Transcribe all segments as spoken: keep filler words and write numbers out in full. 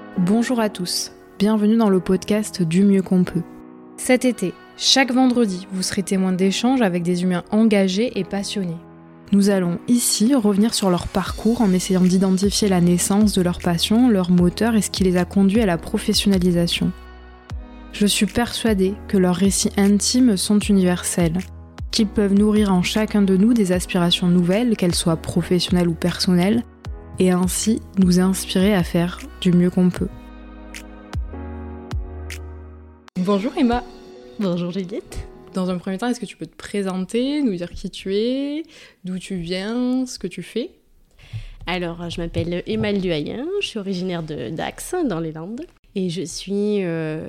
Bonjour à tous, bienvenue dans le podcast Du mieux qu'on peut. Cet été, chaque vendredi, vous serez témoin d'échanges avec des humains engagés et passionnés. Nous allons ici revenir sur leur parcours en essayant d'identifier la naissance de leur passion, leur moteur et ce qui les a conduits à la professionnalisation. Je suis persuadée que leurs récits intimes sont universels, qu'ils peuvent nourrir en chacun de nous des aspirations nouvelles, qu'elles soient professionnelles ou personnelles, et ainsi nous inspirer à faire du mieux qu'on peut. Bonjour Emma. Bonjour Juliette. Dans un premier temps, est-ce que tu peux te présenter, nous dire qui tu es, d'où tu viens, ce que tu fais ? Alors, je m'appelle Emma Duhayen, je suis originaire de Dax, dans les Landes, et je suis euh,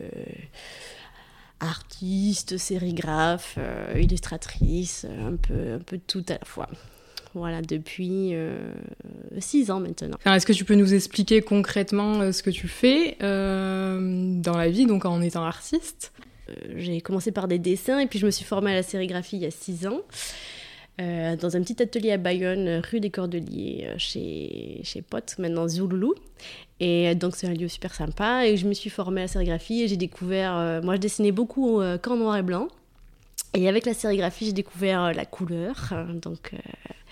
artiste, sérigraphe, euh, illustratrice, un peu, un peu tout à la fois. Voilà, depuis euh, six ans maintenant. Alors, est-ce que tu peux nous expliquer concrètement euh, ce que tu fais euh, dans la vie, donc en étant artiste ? euh, J'ai commencé par des dessins et puis je me suis formée à la sérigraphie il y a six ans, euh, dans un petit atelier à Bayonne, rue des Cordeliers, chez, chez Pot, maintenant Zouloulou. Et donc c'est un lieu super sympa et je me suis formée à la sérigraphie et j'ai découvert... Euh, moi je dessinais beaucoup euh, qu'en noir et blanc. Et avec la sérigraphie, j'ai découvert la couleur, donc, euh,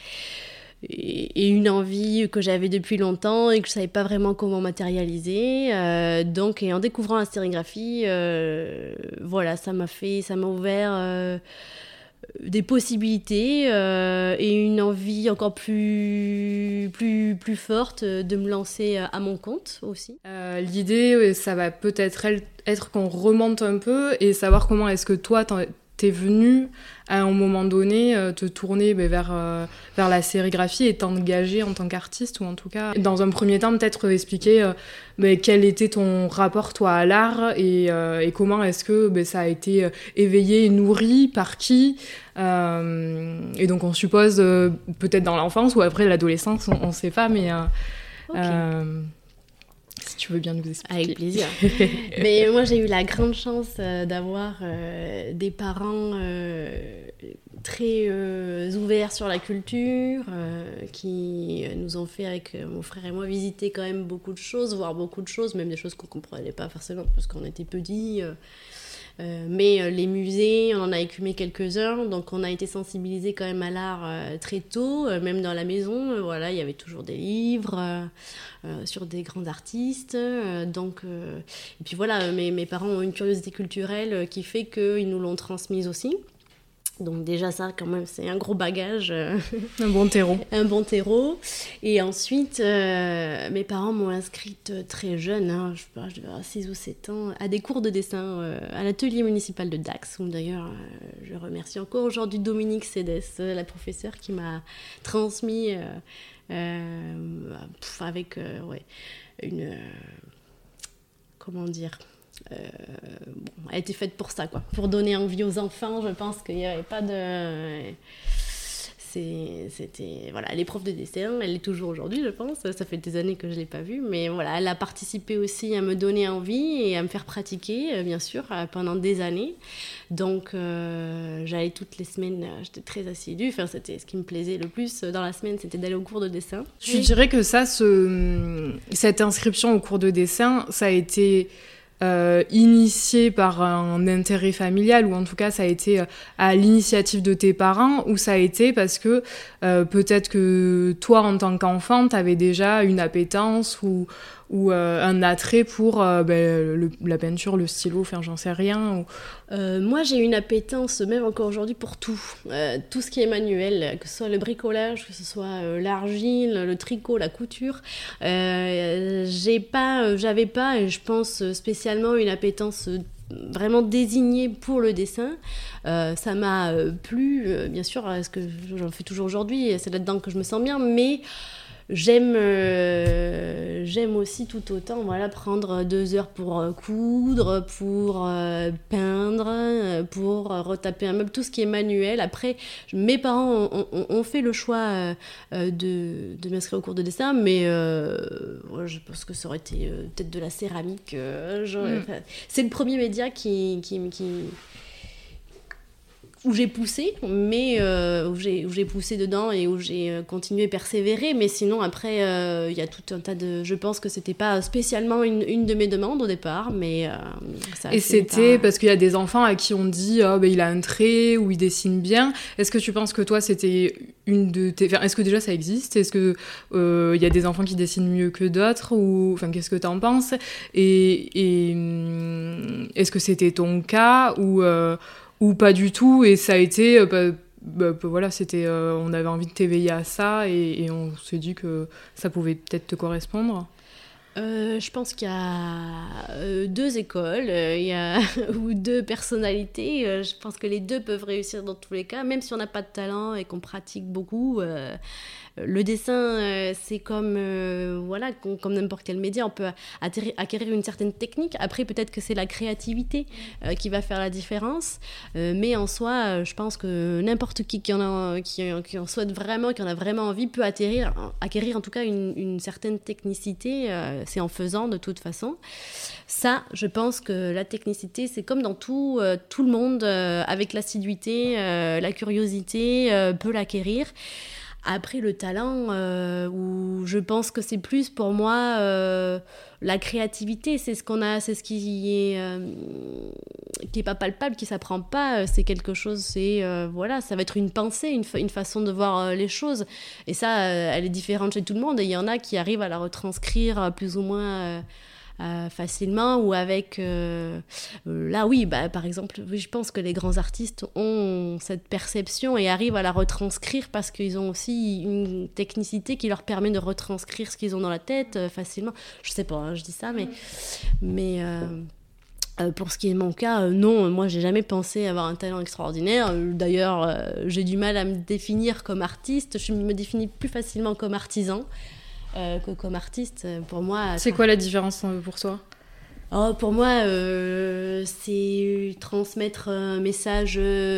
et, et une envie que j'avais depuis longtemps et que je ne savais pas vraiment comment matérialiser. Euh, donc, et en découvrant la sérigraphie, euh, voilà, ça m'a fait, ça m'a ouvert euh, des possibilités euh, et une envie encore plus, plus, plus forte de me lancer à mon compte aussi. Euh, l'idée, ça va peut-être être qu'on remonte un peu et savoir comment est-ce que toi, t'en... t'es venu à un moment donné euh, te tourner bah, vers, euh, vers la sérigraphie et t'engager en tant qu'artiste, ou en tout cas, dans un premier temps, peut-être expliquer euh, bah, quel était ton rapport, toi, à l'art et, euh, et comment est-ce que bah, ça a été éveillé et nourri, par qui euh, et donc, on suppose euh, peut-être dans l'enfance ou après l'adolescence, on ne sait pas, mais... Euh, okay. euh, si tu veux bien nous expliquer. Avec plaisir. Mais moi, j'ai eu la grande chance euh, d'avoir euh, des parents euh, très euh, ouverts sur la culture, euh, qui nous ont fait, avec euh, mon frère et moi, visiter quand même beaucoup de choses, voir beaucoup de choses, même des choses qu'on ne comprenait pas forcément parce qu'on était petits. Euh, Euh, mais euh, les musées, on en a écumé quelques-uns, donc on a été sensibilisés quand même à l'art euh, très tôt, euh, même dans la maison, euh, voilà, il y avait toujours des livres euh, euh, sur des grands artistes, euh, donc, euh, et puis voilà, mes, mes parents ont une curiosité culturelle euh, qui fait qu'ils nous l'ont transmise aussi. Donc déjà ça, quand même, c'est un gros bagage. Euh, un bon terreau. un bon terreau. Et ensuite, euh, mes parents m'ont inscrite très jeune, hein, je sais pas, je devais avoir six ou sept ans, à des cours de dessin euh, à l'atelier municipal de Dax, où d'ailleurs, euh, je remercie encore aujourd'hui Dominique Cédès, la professeure qui m'a transmis euh, euh, pff, avec euh, ouais, une... Euh, comment dire Euh, bon, elle a été faite pour ça, quoi. Pour donner envie aux enfants, je pense qu'il n'y avait pas de... C'est, c'était... Voilà, elle est prof de dessin, elle l'est toujours aujourd'hui, je pense. Ça fait des années que je ne l'ai pas vue, mais voilà, elle a participé aussi à me donner envie et à me faire pratiquer, bien sûr, pendant des années. Donc, euh, j'allais toutes les semaines, j'étais très assidue. Enfin, c'était ce qui me plaisait le plus dans la semaine, c'était d'aller au cours de dessin. Je dirais que ça, ce... cette inscription au cours de dessin, ça a été... Euh, initié par un intérêt familial, ou en tout cas ça a été euh, à l'initiative de tes parents, ou ça a été parce que euh, peut-être que toi en tant qu'enfant t'avais déjà une appétence ou, ou euh, un attrait pour euh, ben, le, la peinture, le stylo, enfin j'en sais rien ou... euh, Moi j'ai une appétence même encore aujourd'hui pour tout, euh, tout ce qui est manuel, que ce soit le bricolage, que ce soit euh, l'argile, le tricot, la couture. Euh, j'ai pas, euh, j'avais pas, et je pense spécialement une appétence vraiment désignée pour le dessin. Euh, ça m'a euh, plu, euh, bien sûr, ce que j'en fais toujours aujourd'hui, c'est là-dedans que je me sens bien, mais J'aime, euh, j'aime aussi tout autant voilà, prendre deux heures pour euh, coudre, pour euh, peindre, euh, pour euh, retaper un meuble, tout ce qui est manuel. Après, je, mes parents ont, ont, ont fait le choix euh, de, de m'inscrire au cours de dessin, mais euh, ouais, je pense que ça aurait été euh, peut-être de la céramique. Euh, genre, mm. C'est le premier média qui... qui, qui où j'ai poussé, mais euh, où, j'ai, où j'ai poussé dedans et où j'ai continué à persévérer. Mais sinon, après, il euh, y a tout un tas de... Je pense que c'était pas spécialement une, une de mes demandes au départ, mais euh, ça Et c'était par... parce qu'il y a des enfants à qui on dit oh, ben, il a un trait ou il dessine bien. Est-ce que tu penses que toi, c'était une de tes... Enfin, est-ce que déjà ça existe ? Est-ce qu'il euh, y a des enfants qui dessinent mieux que d'autres ou... Enfin, qu'est-ce que t'en penses ? Et, et est-ce que c'était ton cas ou... Euh... ou pas du tout, et ça a été, euh, bah, bah, bah, voilà, c'était, euh, on avait envie de t'éveiller à ça, et, et on s'est dit que ça pouvait peut-être te correspondre. Euh, je pense qu'il y a euh, deux écoles, euh, il y a, ou deux personnalités. Euh, je pense que les deux peuvent réussir dans tous les cas, même si on n'a pas de talent et qu'on pratique beaucoup. Euh, le dessin, euh, c'est comme, euh, voilà, comme, comme n'importe quel média, on peut atterrir, acquérir une certaine technique. Après, peut-être que c'est la créativité euh, qui va faire la différence. Euh, mais en soi, euh, je pense que n'importe qui qui en, a, qui, qui en souhaite vraiment, qui en a vraiment envie, peut atterrir, acquérir en tout cas une, une certaine technicité. Euh, c'est en faisant de toute façon. Ça, je pense que la technicité, c'est comme dans tout, euh, tout le monde, euh, avec l'assiduité, euh, la curiosité, euh, peut l'acquérir. Après, le talent, euh, où je pense que c'est plus pour moi euh, la créativité, c'est ce qu'on a, c'est ce qui est euh, qui est pas palpable, qui s'apprend pas. C'est quelque chose, c'est euh, voilà, ça va être une pensée, une, fa- une façon de voir euh, les choses. Et ça, euh, elle est différente chez tout le monde. Et il y en a qui arrivent à la retranscrire euh, plus ou moins. Euh, Euh, facilement ou avec euh, euh, là oui bah, par exemple oui, je pense que les grands artistes ont cette perception et arrivent à la retranscrire parce qu'ils ont aussi une technicité qui leur permet de retranscrire ce qu'ils ont dans la tête euh, facilement. Je sais pas, hein, je dis ça mais mais euh, Euh, pour ce qui est de mon cas, euh, non, moi j'ai jamais pensé avoir un talent extraordinaire. Euh, d'ailleurs, euh, j'ai du mal à me définir comme artiste. Je me définis plus facilement comme artisan euh, que comme artiste. Pour moi, c'est quoi la différence pour toi ? Oh, pour moi, euh, c'est transmettre un message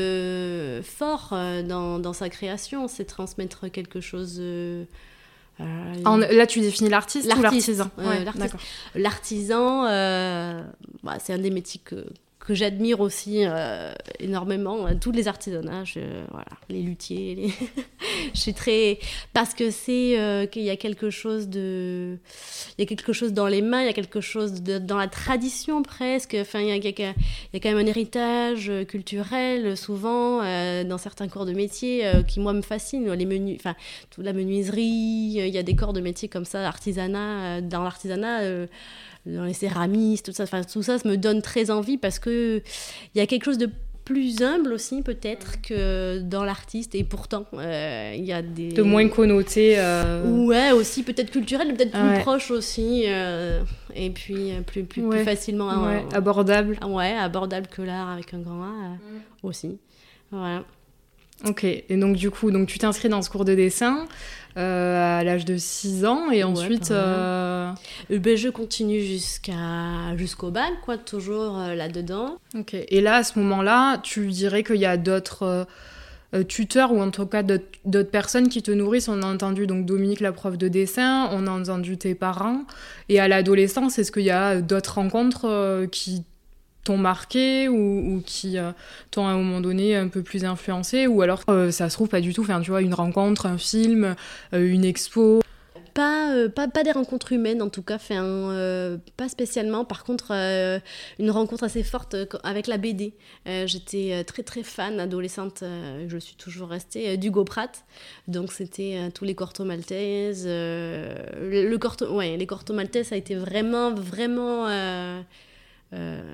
euh, fort euh, dans, dans sa création. C'est transmettre quelque chose. Euh, Euh, en, là, tu définis l'artiste, l'artiste ou l'artisan euh, ouais, l'artiste. D'accord. L'artisan, euh, bah, c'est un des métiers que, que j'admire aussi euh, énormément. Tous les artisanages, euh, voilà, les luthiers. Les... je suis très... Parce que c'est euh, qu'il y a quelque chose de... Il y a quelque chose dans les mains, il y a quelque chose de, dans la tradition presque. Enfin, il y a, il y a, il y a quand même un héritage culturel, souvent, euh, dans certains corps de métier, euh, qui, moi, me fascine. Les menus, enfin, toute la menuiserie, il y a des corps de métier comme ça, artisanat, euh, dans l'artisanat... Euh, dans les céramistes, tout ça, enfin, tout ça, ça me donne très envie parce qu'il y a quelque chose de plus humble aussi, peut-être, que dans l'artiste. Et pourtant, il euh, y a des... De moins connoté. Euh... Ouais, aussi, peut-être culturel, peut-être plus ouais. proche aussi. Euh, et puis, plus, plus, ouais. plus facilement... Ouais. Euh, abordable. Ouais, abordable que l'art avec un grand A euh, mm. aussi. Voilà. Ok, et donc du coup, donc, tu t'inscris dans ce cours de dessin euh, à l'âge de six ans, et ensuite... Ouais, euh... Euh, ben, je continue jusqu'à, jusqu'au bac, quoi, toujours euh, là-dedans. Ok, et là, à ce moment-là, tu dirais qu'il y a d'autres euh, tuteurs, ou en tout cas d'autres, d'autres personnes qui te nourrissent. On a entendu donc Dominique, la prof de dessin, on a entendu tes parents, et à l'adolescence, est-ce qu'il y a d'autres rencontres euh, qui t'ont marqué ou, ou qui euh, t'ont à un moment donné un peu plus influencé, ou alors euh, ça se trouve pas du tout, enfin tu vois, une rencontre, un film, euh, une expo. Pas, euh, pas, pas des rencontres humaines en tout cas, enfin, euh, pas spécialement. Par contre, euh, une rencontre assez forte avec la B D. Euh, j'étais très très fan adolescente, euh, je suis toujours restée, euh, d'Hugo Pratt. Donc c'était euh, tous les Corto Maltese. Euh, le, le corto, ouais, les Corto Maltese, ça a été vraiment, vraiment... Euh, Euh,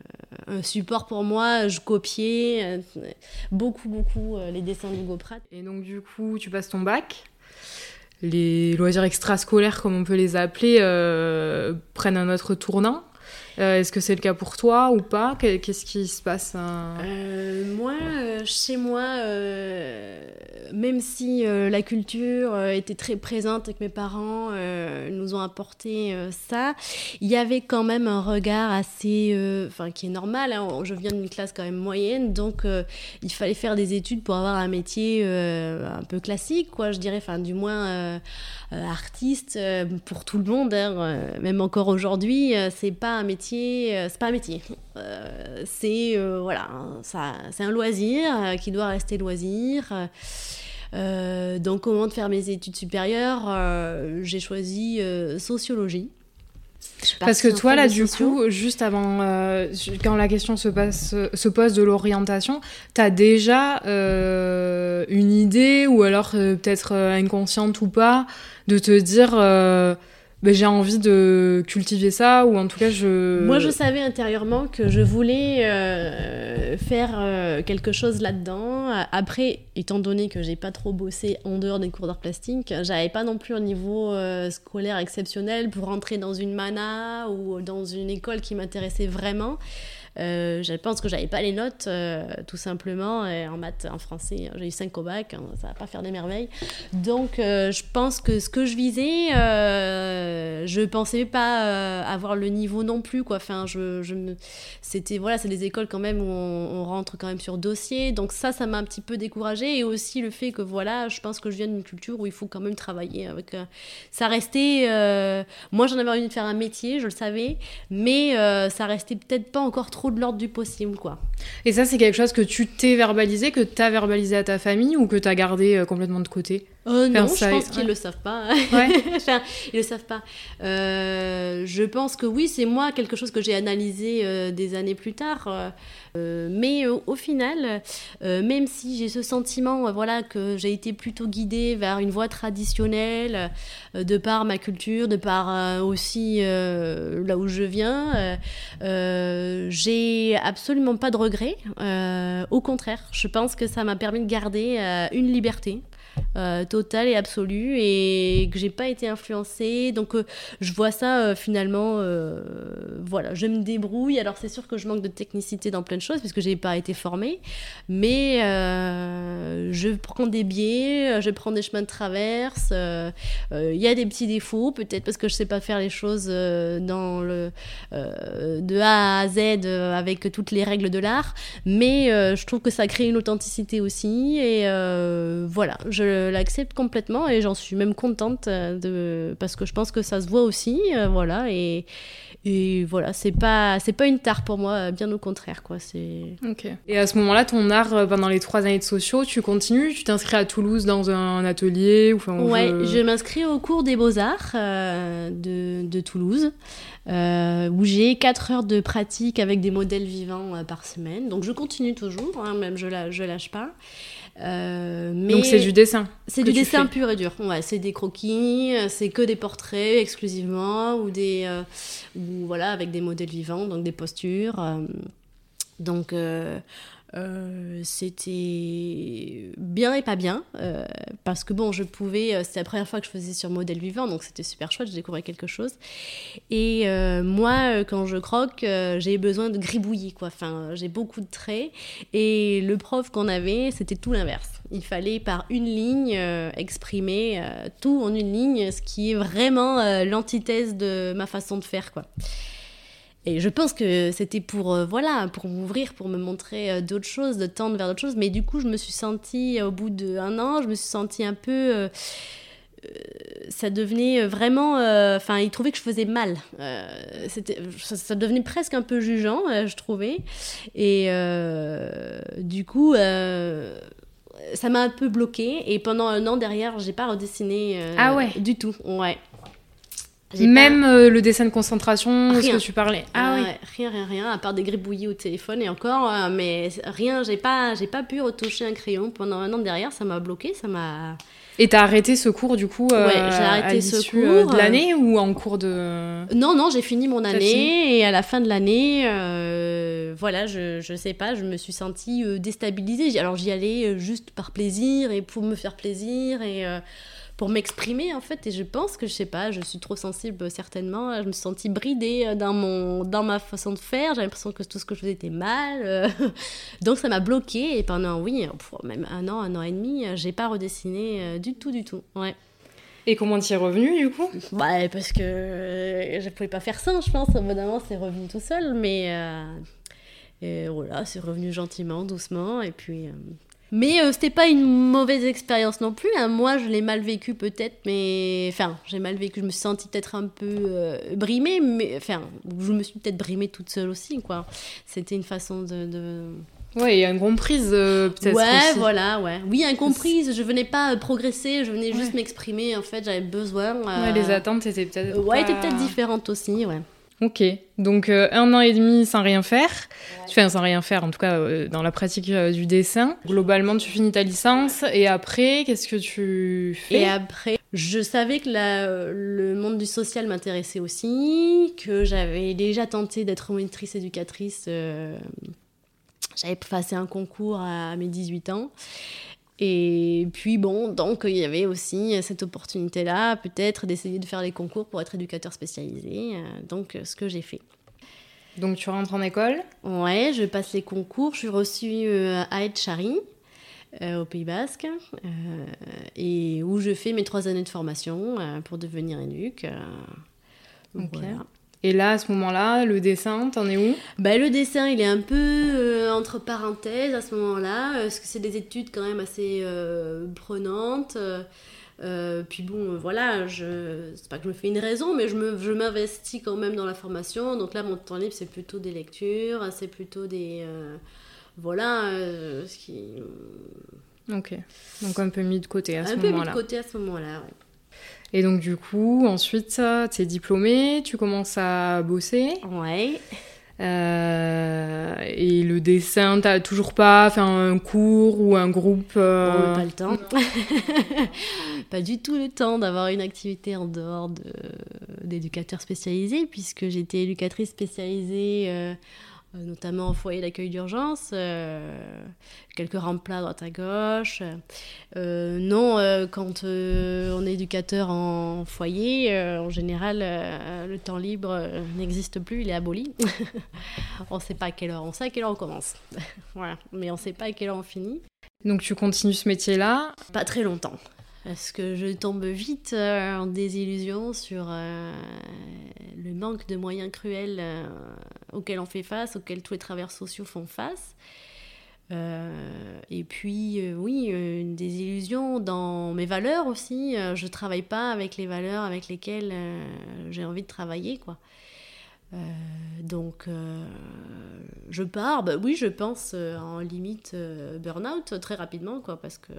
un support pour moi. Je copiais euh, beaucoup, beaucoup euh, les dessins d'Hugo Pratt. Et donc, du coup, tu passes ton bac. Les loisirs extrascolaires, comme on peut les appeler, euh, prennent un autre tournant. Euh, est-ce que c'est le cas pour toi ou pas ? Qu'est-ce qui se passe hein euh, Moi, euh, chez moi, euh, même si euh, la culture euh, était très présente et que mes parents euh, nous ont apporté euh, ça, il y avait quand même un regard assez... Enfin, euh, qui est normal, hein, je viens d'une classe quand même moyenne, donc euh, il fallait faire des études pour avoir un métier euh, un peu classique, quoi, je dirais, enfin, du moins... Euh, Euh, artiste euh, pour tout le monde, hein, euh, même encore aujourd'hui, euh, c'est pas un métier métier, euh, c'est pas un métier. Euh, c'est euh, voilà, ça, c'est un loisir euh, qui doit rester loisir. Euh, donc, au moment de faire mes études supérieures, euh, j'ai choisi euh, sociologie. Parce que toi, là, du coup, juste avant, euh, quand la question se, passe, se pose de l'orientation, t'as déjà euh, une idée, ou alors euh, peut-être euh, inconsciente ou pas, de te dire... Euh, ben, j'ai envie de cultiver ça, ou en tout cas je... Moi je savais intérieurement que je voulais euh, faire euh, quelque chose là-dedans. Après, étant donné que j'ai pas trop bossé en dehors des cours d'art plastique, j'avais pas non plus un niveau euh, scolaire exceptionnel pour rentrer dans une mana ou dans une école qui m'intéressait vraiment. Euh, je pense que j'avais pas les notes, euh, tout simplement. Et en maths, en français, j'ai eu cinq au bac, hein, ça va pas faire des merveilles. Donc, euh, je pense que ce que je visais, euh, je pensais pas euh, avoir le niveau non plus, quoi. Enfin, je, je me... c'était voilà, c'est des écoles quand même où on, on rentre quand même sur dossier. Donc ça, ça m'a un petit peu découragée. Et aussi le fait que voilà, je pense que je viens d'une culture où il faut quand même travailler avec. Euh... Ça restait. Euh... Moi, j'en avais envie de faire un métier, je le savais, mais euh, ça restait peut-être pas encore trop de l'ordre du possible, quoi. Et ça, c'est quelque chose que tu t'es verbalisé, que t'as verbalisé à ta famille, ou que t'as gardé euh, complètement de côté? Euh, non, ça, je pense ouais. qu'ils le savent pas. Ouais. Enfin, ils le savent pas. Euh, je pense que oui, c'est moi quelque chose que j'ai analysé euh, des années plus tard. Euh, mais euh, au final, euh, même si j'ai ce sentiment, euh, voilà, que j'ai été plutôt guidée vers une voie traditionnelle, euh, de par ma culture, de par euh, aussi euh, là où je viens, euh, euh, j'ai absolument pas de regrets. Euh, au contraire, je pense que ça m'a permis de garder euh, une liberté. Euh, totale et absolue, et que j'ai pas été influencée, donc euh, je vois ça euh, finalement euh, voilà, je me débrouille. Alors c'est sûr que je manque de technicité dans plein de choses puisque j'ai pas été formée, mais euh, je prends des biais, je prends des chemins de traverse. Il euh, euh, y a des petits défauts peut-être parce que je sais pas faire les choses euh, dans le euh, de A à Z euh, avec toutes les règles de l'art, mais euh, je trouve que ça crée une authenticité aussi, et euh, voilà, je l'accepte complètement et j'en suis même contente de, parce que je pense que ça se voit aussi, euh, voilà, et, et voilà, c'est pas, c'est pas une tare pour moi, bien au contraire, quoi. C'est... Ok. Et à ce moment-là, ton art, pendant les trois années de sociaux, tu continues, tu t'inscris à Toulouse dans un atelier ou, enfin, Ouais, je... je m'inscris au cours des Beaux-Arts euh, de, de Toulouse, euh, où j'ai quatre heures de pratique avec des modèles vivants euh, par semaine, donc je continue toujours, hein, même je, la, je lâche pas. Euh, mais donc c'est du dessin. C'est du dessin fais. Pur et dur. Ouais, c'est des croquis, c'est que des portraits exclusivement, ou des euh, ou voilà, avec des modèles vivants, donc des postures. Euh, donc euh, euh, c'était bien et pas bien, euh, parce que bon, je pouvais, c'était la première fois que je faisais sur modèle vivant, donc c'était super chouette, je découvrais quelque chose. Et euh, moi, quand je croque, euh, j'ai besoin de gribouiller, quoi. Enfin, j'ai beaucoup de traits, et le prof qu'on avait, c'était tout l'inverse. Il fallait par une ligne euh, exprimer euh, tout en une ligne, ce qui est vraiment euh, l'antithèse de ma façon de faire, quoi. Et je pense que c'était pour, euh, voilà, pour m'ouvrir, pour me montrer euh, d'autres choses, de tendre vers d'autres choses. Mais du coup, je me suis sentie, au bout d'un an, je me suis sentie un peu... Euh, euh, ça devenait vraiment... Enfin, euh, ils trouvaient que je faisais mal. Euh, c'était, ça, ça devenait presque un peu jugeant, euh, je trouvais. Et euh, du coup... Euh, ça m'a un peu bloquée. Et pendant un an derrière, j'ai pas redessiné euh, ah ouais. du tout. Ouais. J'ai Même pas... euh, le dessin de concentration, rien. Ce que tu parlais. Ah euh, oui. Ouais, rien, rien, rien, à part des gribouillis au téléphone et encore, euh, mais rien, j'ai pas, j'ai pas pu retoucher un crayon pendant un an derrière, ça m'a bloqué, ça m'a... Et t'as arrêté ce cours du coup euh, ouais, j'ai arrêté à ce l'issue cours, de l'année euh... ou en cours de... Non, non, j'ai fini mon année fini. Et à la fin de l'année, euh, voilà, je, je sais pas, je me suis sentie euh, déstabilisée. Alors j'y allais juste par plaisir et pour me faire plaisir et... Euh, pour m'exprimer en fait, et je pense que je sais pas, je suis trop sensible certainement, je me suis sentie bridée dans, mon, dans ma façon de faire, j'avais l'impression que tout ce que je faisais était mal, euh, donc ça m'a bloquée, et pendant, oui, même un an, un an et demi, j'ai pas redessiné euh, du tout, du tout, ouais. Et comment t'y es revenue du coup ? Bah, parce que euh, je pouvais pas faire ça, je pense, au bout d'un moment c'est revenu tout seul, mais euh, et voilà, c'est revenu gentiment, doucement, et puis... Euh, Mais euh, c'était pas une mauvaise expérience non plus, hein. Moi je l'ai mal vécu peut-être, mais enfin j'ai mal vécu, je me suis sentie peut-être un peu euh, brimée, mais enfin je me suis peut-être brimée toute seule aussi, quoi. C'était une façon de... de... Ouais, et incomprise euh, peut-être ouais, aussi. voilà, ouais. Oui, incomprise, je venais pas euh, progresser, je venais ouais. juste m'exprimer, en fait j'avais besoin... Euh... Ouais, les attentes étaient peut-être... Ouais, pas... étaient peut-être différentes aussi, ouais. Ok, donc euh, un an et demi sans rien faire, ouais. Enfin sans rien faire en tout cas euh, dans la pratique euh, du dessin. Globalement tu finis ta licence et après qu'est-ce que tu fais ? Et après, je savais que la, le monde du social m'intéressait aussi, que j'avais déjà tenté d'être monitrice éducatrice, euh, j'avais passé un concours à mes dix-huit ans. Et puis bon, donc il y avait aussi cette opportunité-là, peut-être d'essayer de faire les concours pour être éducateur spécialisé, euh, donc ce que j'ai fait. Donc tu rentres en école ? Ouais, je passe les concours, je suis reçue euh, à Etxarri, euh, au Pays Basque, euh, et où je fais mes trois années de formation euh, pour devenir éduc. Euh, ok. Voilà. Et là, à ce moment-là, le dessin, t'en es où ? Bah, le dessin, il est un peu euh, entre parenthèses à ce moment-là, parce que c'est des études quand même assez euh, prenantes. Euh, puis bon, euh, voilà, je... c'est pas que je me fais une raison, mais je, me... je m'investis quand même dans la formation. Donc là, mon temps libre, c'est plutôt des lectures, c'est plutôt des... Euh... Voilà, euh, ce qui... Ok, donc un peu mis de côté à un ce moment-là. Un peu mis de côté à ce moment-là, oui. Et donc du coup, ensuite, t'es diplômée, tu commences à bosser. Ouais. Euh, et le dessin, t'as toujours pas fait un cours ou un groupe euh... oh, pas le temps. Pas du tout le temps d'avoir une activité en dehors de, d'éducateur spécialisé, puisque j'étais éducatrice spécialisée... Euh, notamment en foyer d'accueil d'urgence, euh, quelques remplats à droite à gauche. Euh, non, euh, quand euh, on est éducateur en foyer, euh, en général, euh, le temps libre euh, n'existe plus, il est aboli. On ne sait pas à quelle heure on sait à quelle heure on commence. Voilà, mais on ne sait pas à quelle heure on finit. Donc tu continues ce métier-là ? Pas très longtemps. Parce que je tombe vite euh, en désillusion sur euh, le manque de moyens cruels euh, auxquels on fait face, auxquels tous les travailleurs sociaux font face. Euh, et puis, euh, oui, une désillusion dans mes valeurs aussi. Euh, je ne travaille pas avec les valeurs avec lesquelles euh, j'ai envie de travailler, quoi. Euh, donc, euh, je pars. Bah, oui, je pense euh, en limite euh, burn-out très rapidement, quoi, parce que...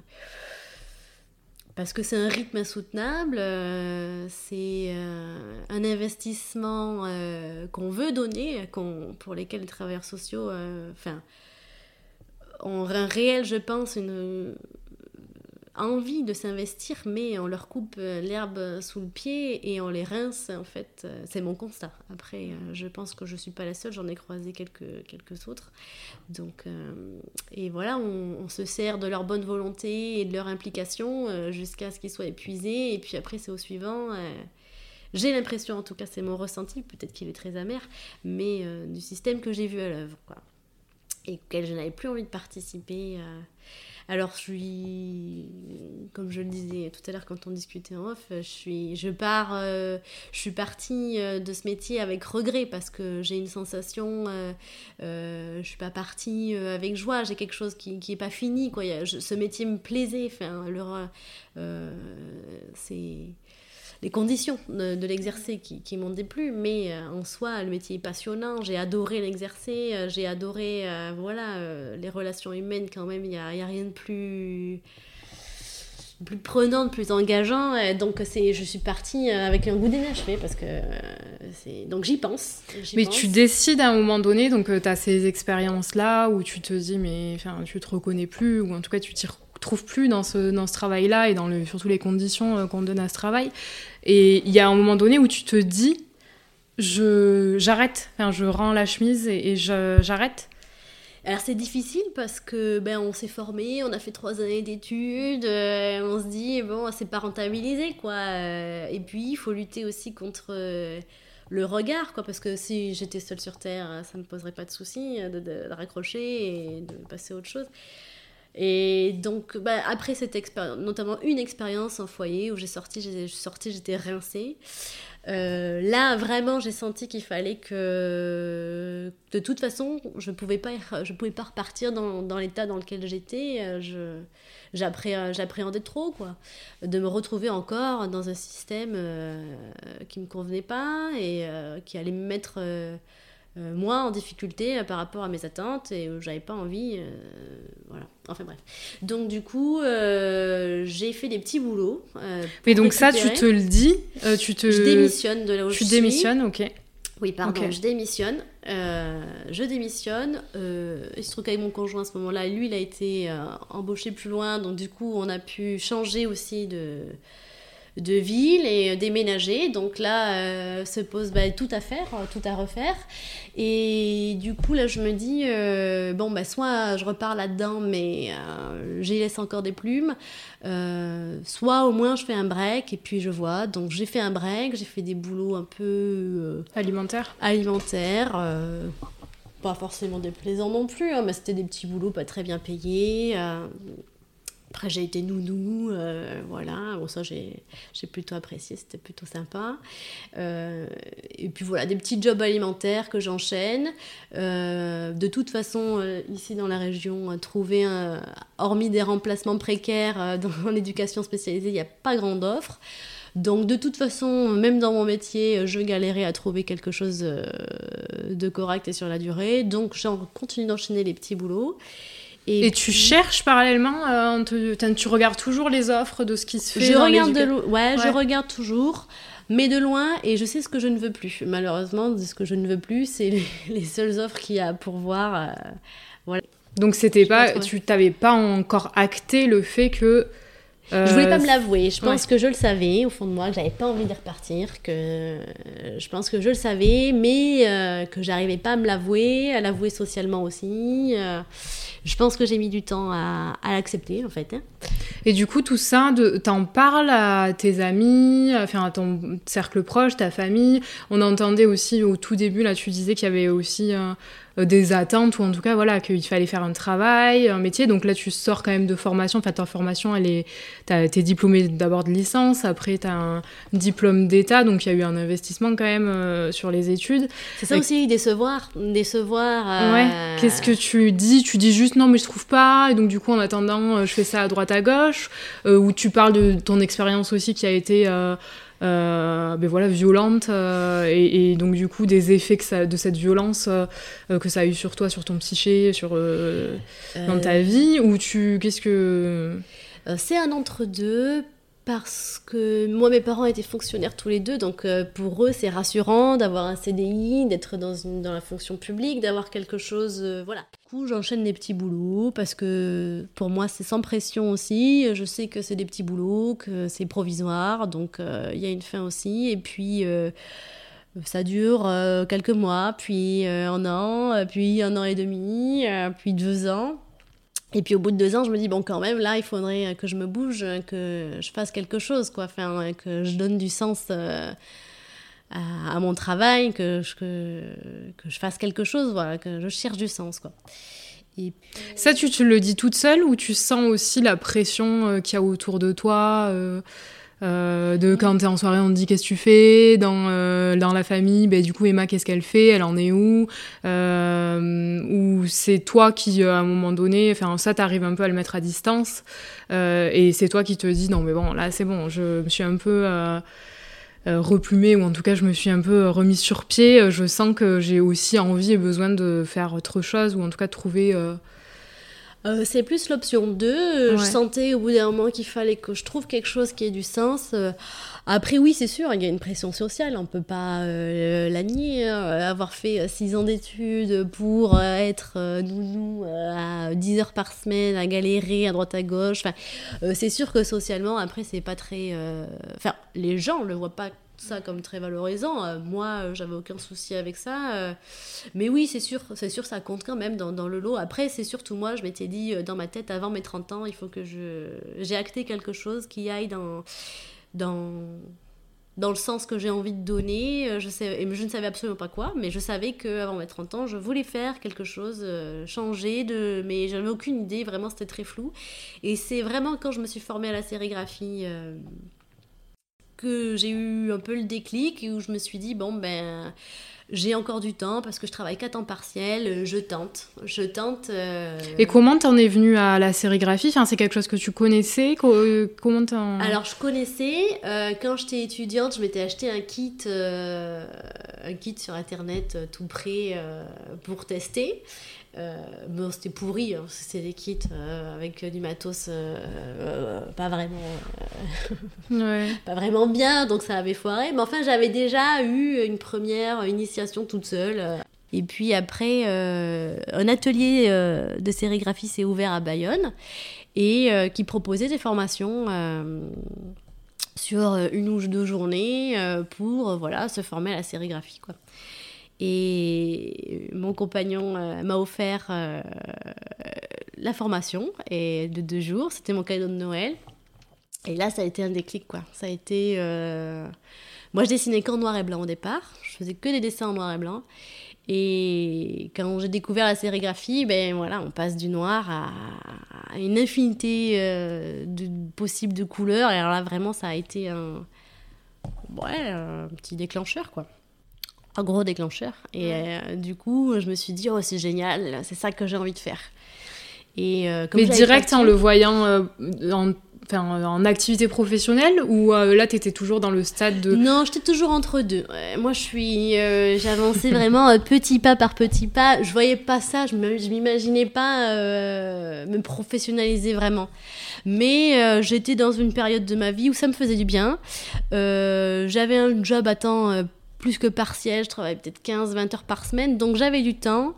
Parce que c'est un rythme insoutenable, euh, c'est euh, un investissement euh, qu'on veut donner, qu'on, pour lesquels les travailleurs sociaux euh, ont un réel, je pense, une envie de s'investir, mais on leur coupe l'herbe sous le pied et on les rince, en fait. C'est mon constat. Après, je pense que je ne suis pas la seule, j'en ai croisé quelques, quelques autres. Donc, euh, et voilà, on, on se sert de leur bonne volonté et de leur implication euh, jusqu'à ce qu'ils soient épuisés, et puis après, c'est au suivant. Euh, j'ai l'impression, en tout cas, c'est mon ressenti, peut-être qu'il est très amer, mais euh, du système que j'ai vu à l'œuvre, quoi, et auquel je n'avais plus envie de participer. Euh, Alors, je suis, comme je le disais tout à l'heure quand on discutait en off, je, suis, je, pars, euh, je suis partie de ce métier avec regret parce que j'ai une sensation, euh, euh, je ne suis pas partie avec joie, j'ai quelque chose qui n'est pas fini, quoi. Je, ce métier me plaisait, enfin, le, euh, c'est... les conditions de, de l'exercer qui, qui m'ont déplu, mais euh, en soi, le métier est passionnant, j'ai adoré l'exercer, euh, j'ai adoré euh, voilà, euh, les relations humaines quand même, il n'y a, a rien de plus, plus prenant, de plus engageant, euh, donc c'est, je suis partie avec un goût d'inachevé, parce que euh, c'est... donc j'y pense. J'y mais pense. Tu décides à un moment donné, donc euh, tu as ces expériences-là où tu te dis, mais tu te reconnais plus, ou en tout cas tu t'y trouves plus dans ce, dans ce travail-là et dans le, surtout les conditions euh, qu'on donne à ce travail. Et il y a un moment donné où tu te dis, je, j'arrête, enfin, je rends la chemise et, et je, j'arrête. Alors c'est difficile parce que ben, on s'est formé, on a fait trois années d'études, euh, on se dit, bon, c'est pas rentabilisé, quoi. Euh, et puis il faut lutter aussi contre euh, le regard, quoi, parce que si j'étais seule sur Terre, ça me poserait pas de souci de, de, de raccrocher et de passer à autre chose. Et donc, bah, après cette expérience, notamment une expérience en foyer où j'ai sorti, j'ai, j'ai sorti, j'étais rincée. Euh, là, vraiment, j'ai senti qu'il fallait que, de toute façon, je pouvais pas, je pouvais pas repartir dans, dans l'état dans lequel j'étais. Je, j'appré, j'appréhendais trop, quoi, de me retrouver encore dans un système euh, qui me convenait pas et euh, qui allait me mettre euh, Euh, moi en difficulté euh, par rapport à mes attentes et où j'avais pas envie euh, voilà, enfin bref, donc du coup euh, j'ai fait des petits boulots euh, mais donc récupérer. Ça tu te le dis euh, tu te... je démissionne de là où tu je démissionnes suis. Ok, oui pardon okay. je démissionne euh, je démissionne euh, il se trouve qu'avec mon conjoint à ce moment là lui il a été euh, embauché plus loin, donc du coup on a pu changer aussi de de ville et déménager, donc là euh, se pose bah, tout à faire, tout à refaire, et du coup là je me dis euh, bon bah soit je repars là-dedans mais euh, j'y laisse encore des plumes, euh, soit au moins je fais un break et puis je vois, donc j'ai fait un break, j'ai fait des boulots un peu euh, alimentaires alimentaires euh, pas forcément déplaisants non plus, hein, mais c'était des petits boulots pas très bien payés. euh, Après, j'ai été nounou, euh, voilà. Bon, ça, j'ai, j'ai plutôt apprécié, c'était plutôt sympa. Euh, et puis voilà, des petits jobs alimentaires que j'enchaîne. Euh, de toute façon, euh, ici dans la région, euh, trouver, un, hormis des remplacements précaires euh, dans l'éducation spécialisée, il n'y a pas grande offre. Donc de toute façon, même dans mon métier, je galérais à trouver quelque chose euh, de correct et sur la durée. Donc, je continue d'enchaîner les petits boulots. Et, et puis, tu cherches parallèlement, euh, te, tu regardes toujours les offres de ce qui se fait je dans regarde de l'éducation. Ouais, ouais, je regarde toujours, mais de loin, et je sais ce que je ne veux plus. Malheureusement, ce que je ne veux plus, c'est les, les seules offres qu'il y a à pourvoir. Euh, voilà. Donc c'était pas, tu t'avais pas encore acté le fait que... Euh, je voulais pas me l'avouer, je pense ouais. que je le savais au fond de moi, que j'avais pas envie de repartir, que euh, je pense que je le savais, mais euh, que j'arrivais pas à me l'avouer, à l'avouer socialement aussi. Euh, je pense que j'ai mis du temps à, à l'accepter en fait. Hein. Et du coup tout ça, de, t'en parles à tes amis, enfin à ton cercle proche, ta famille. On entendait aussi au tout début, là tu disais qu'il y avait aussi... Euh, des attentes, ou en tout cas voilà, qu'il fallait faire un travail, un métier. Donc là tu sors quand même de formation, enfin ta formation elle est, t'as, t'es diplômé d'abord de licence, après t'as un diplôme d'état, donc il y a eu un investissement quand même euh, sur les études. C'est ça et... aussi, décevoir, décevoir euh... ouais, qu'est-ce que tu dis tu dis juste non mais je trouve pas, et donc du coup en attendant je fais ça à droite à gauche, euh, ou tu parles de ton expérience aussi qui a été euh, Euh, ben voilà, violente euh, et, et donc du coup des effets que ça, de cette violence euh, que ça a eu sur toi, sur ton psyché, sur, euh, euh... dans ta vie, ou tu, qu'est-ce que... Euh, c'est un entre-deux, parce que moi mes parents étaient fonctionnaires tous les deux, donc euh, pour eux c'est rassurant d'avoir un C D I, d'être dans, une, dans la fonction publique, d'avoir quelque chose, euh, voilà. Du coup j'enchaîne des petits boulots parce que pour moi c'est sans pression aussi, je sais que c'est des petits boulots, que c'est provisoire, donc il euh, y a une fin aussi, et puis euh, ça dure euh, quelques mois, puis euh, un an, puis un an et demi, euh, puis deux ans. Et puis au bout de deux ans, je me dis, bon, quand même, là, il faudrait que je me bouge, que je fasse quelque chose, quoi. Enfin, que je donne du sens euh, à, à mon travail, que je, que, que je fasse quelque chose, voilà, que je cherche du sens, quoi. Et puis... Ça, tu te le dis toute seule, ou tu sens aussi la pression euh, qu'il y a autour de toi euh... Euh, de quand t'es en soirée on te dit qu'est-ce que tu fais dans, euh, dans la famille, ben, du coup Emma qu'est-ce qu'elle fait, elle en est où, euh, ou c'est toi qui à un moment donné, enfin ça t'arrives un peu à le mettre à distance euh, et c'est toi qui te dis non mais bon là c'est bon, je me suis un peu euh, euh, replumée, ou en tout cas je me suis un peu remise sur pied, je sens que j'ai aussi envie et besoin de faire autre chose, ou en tout cas de trouver euh, Euh, c'est plus l'option deux. Ouais. Je sentais au bout d'un moment qu'il fallait que je trouve quelque chose qui ait du sens. Euh, après, oui, c'est sûr, il y a une pression sociale, on ne peut pas euh, la nier. Hein. Avoir fait six ans d'études pour euh, être euh, nounou euh, à dix heures par semaine, à galérer à droite à gauche. Euh, c'est sûr que socialement, après, c'est pas très... Enfin, euh... les gens ne le voient pas ça comme très valorisant. Euh, moi, euh, j'avais aucun souci avec ça. Euh, mais oui, c'est sûr, c'est sûr, ça compte quand même dans, dans le lot. Après, c'est surtout moi, je m'étais dit euh, dans ma tête, avant mes trente ans, il faut que je... j'ai acté quelque chose qui aille dans... dans... dans le sens que j'ai envie de donner. Je, sais, et je ne savais absolument pas quoi, mais je savais qu'avant mes trente ans, je voulais faire quelque chose, euh, changer, de, mais je n'avais aucune idée, vraiment c'était très flou. Et c'est vraiment quand je me suis formée à la sérigraphie euh, que j'ai eu un peu le déclic, où je me suis dit, bon ben... j'ai encore du temps parce que je travaille qu'à temps partiel, je tente, je tente. Euh... Et comment t'en es venue à la sérigraphie ? Enfin, c'est quelque chose que tu connaissais ? Comment t'en... Alors je connaissais, euh, quand j'étais étudiante, je m'étais acheté un kit, euh, un kit sur internet euh, tout prêt euh, pour tester. Euh, bon, c'était pourri, hein, c'était des kits euh, avec du matos euh, euh, pas vraiment euh, ouais. pas vraiment bien, donc ça avait foiré, mais enfin j'avais déjà eu une première initiation toute seule. Et puis après euh, un atelier euh, de sérigraphie s'est ouvert à Bayonne et euh, qui proposait des formations euh, sur une ou deux journées euh, pour euh, voilà, se former à la sérigraphie, quoi. Et mon compagnon euh, m'a offert euh, la formation et de deux jours. C'était mon cadeau de Noël. Et là, ça a été un déclic, quoi. Ça a été... Euh... Moi, je dessinais qu'en noir et blanc au départ. Je faisais que des dessins en noir et blanc. Et quand j'ai découvert la sérigraphie, ben voilà, on passe du noir à, à une infinité euh, de possibles de couleurs. Et alors là, vraiment, ça a été un, ouais, un petit déclencheur, quoi. Un gros déclencheur. Et euh, du coup, je me suis dit, oh, c'est génial, c'est ça que j'ai envie de faire. Et, euh, comme Mais direct pratiqué, en le voyant euh, en, enfin, en activité professionnelle ou euh, là, tu étais toujours dans le stade de... Non, j'étais toujours entre deux. Ouais, moi, je suis, euh, j'avançais vraiment euh, petit pas par petit pas. Je voyais pas ça, je ne m'imaginais pas euh, me professionnaliser vraiment. Mais euh, j'étais dans une période de ma vie où ça me faisait du bien. Euh, j'avais un job à temps... Euh, plus que partiel, je travaillais peut-être quinze à vingt heures par semaine, donc j'avais du temps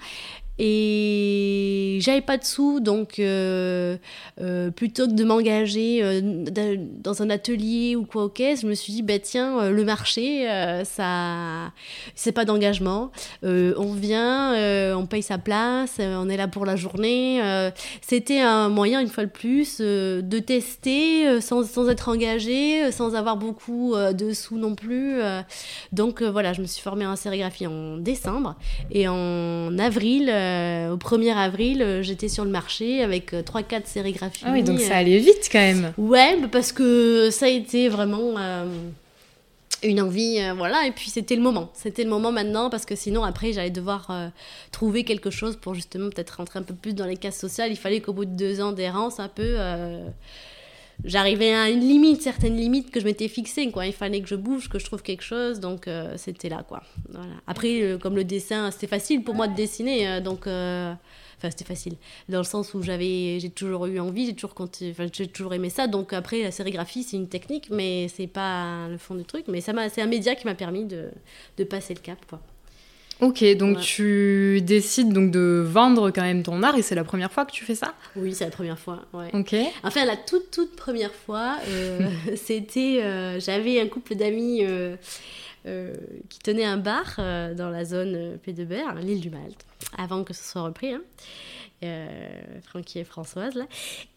et j'avais pas de sous, donc euh, euh, plutôt que de m'engager euh, dans un atelier ou quoi au caisse, je me suis dit bah tiens, euh, le marché euh, ça c'est pas d'engagement, euh, on vient, euh, on paye sa place, euh, on est là pour la journée, euh, c'était un moyen une fois de plus euh, de tester euh, sans, sans être engagé, euh, sans avoir beaucoup euh, de sous non plus, euh, donc euh, voilà, je me suis formée en sérigraphie en décembre et en avril euh, Euh, au premier avril, euh, j'étais sur le marché avec euh, trois quatre sérigraphies. Ah oui, donc ça allait vite quand même. Ouais, parce que ça a été vraiment euh, une envie, euh, voilà, et puis c'était le moment. C'était le moment maintenant, parce que sinon, après, j'allais devoir euh, trouver quelque chose pour justement peut-être rentrer un peu plus dans les cases sociales. Il fallait qu'au bout de deux ans d'errance, un peu... Euh, j'arrivais à une limite, certaines limites que je m'étais fixée, quoi. Il fallait que je bouge, que je trouve quelque chose, donc euh, c'était là, quoi. Voilà. Après, euh, comme le dessin, c'était facile pour moi de dessiner, euh, donc... Euh... Enfin, c'était facile, dans le sens où j'avais, j'ai toujours eu envie, j'ai toujours, continu... enfin, j'ai toujours aimé ça, donc après, la sérigraphie, c'est une technique, mais c'est pas le fond du truc, mais ça m'a... c'est un média qui m'a permis de, de passer le cap, quoi. Ok, donc ouais. Tu décides donc de vendre quand même ton art et c'est la première fois que tu fais ça ? Oui, c'est la première fois, ouais. Ok. Enfin, la toute, toute première fois, euh, c'était... Euh, j'avais un couple d'amis euh, euh, qui tenaient un bar euh, dans la zone Pays de Berre, l'île du Malte, avant que ce soit repris, hein. Euh, Francky et Françoise là.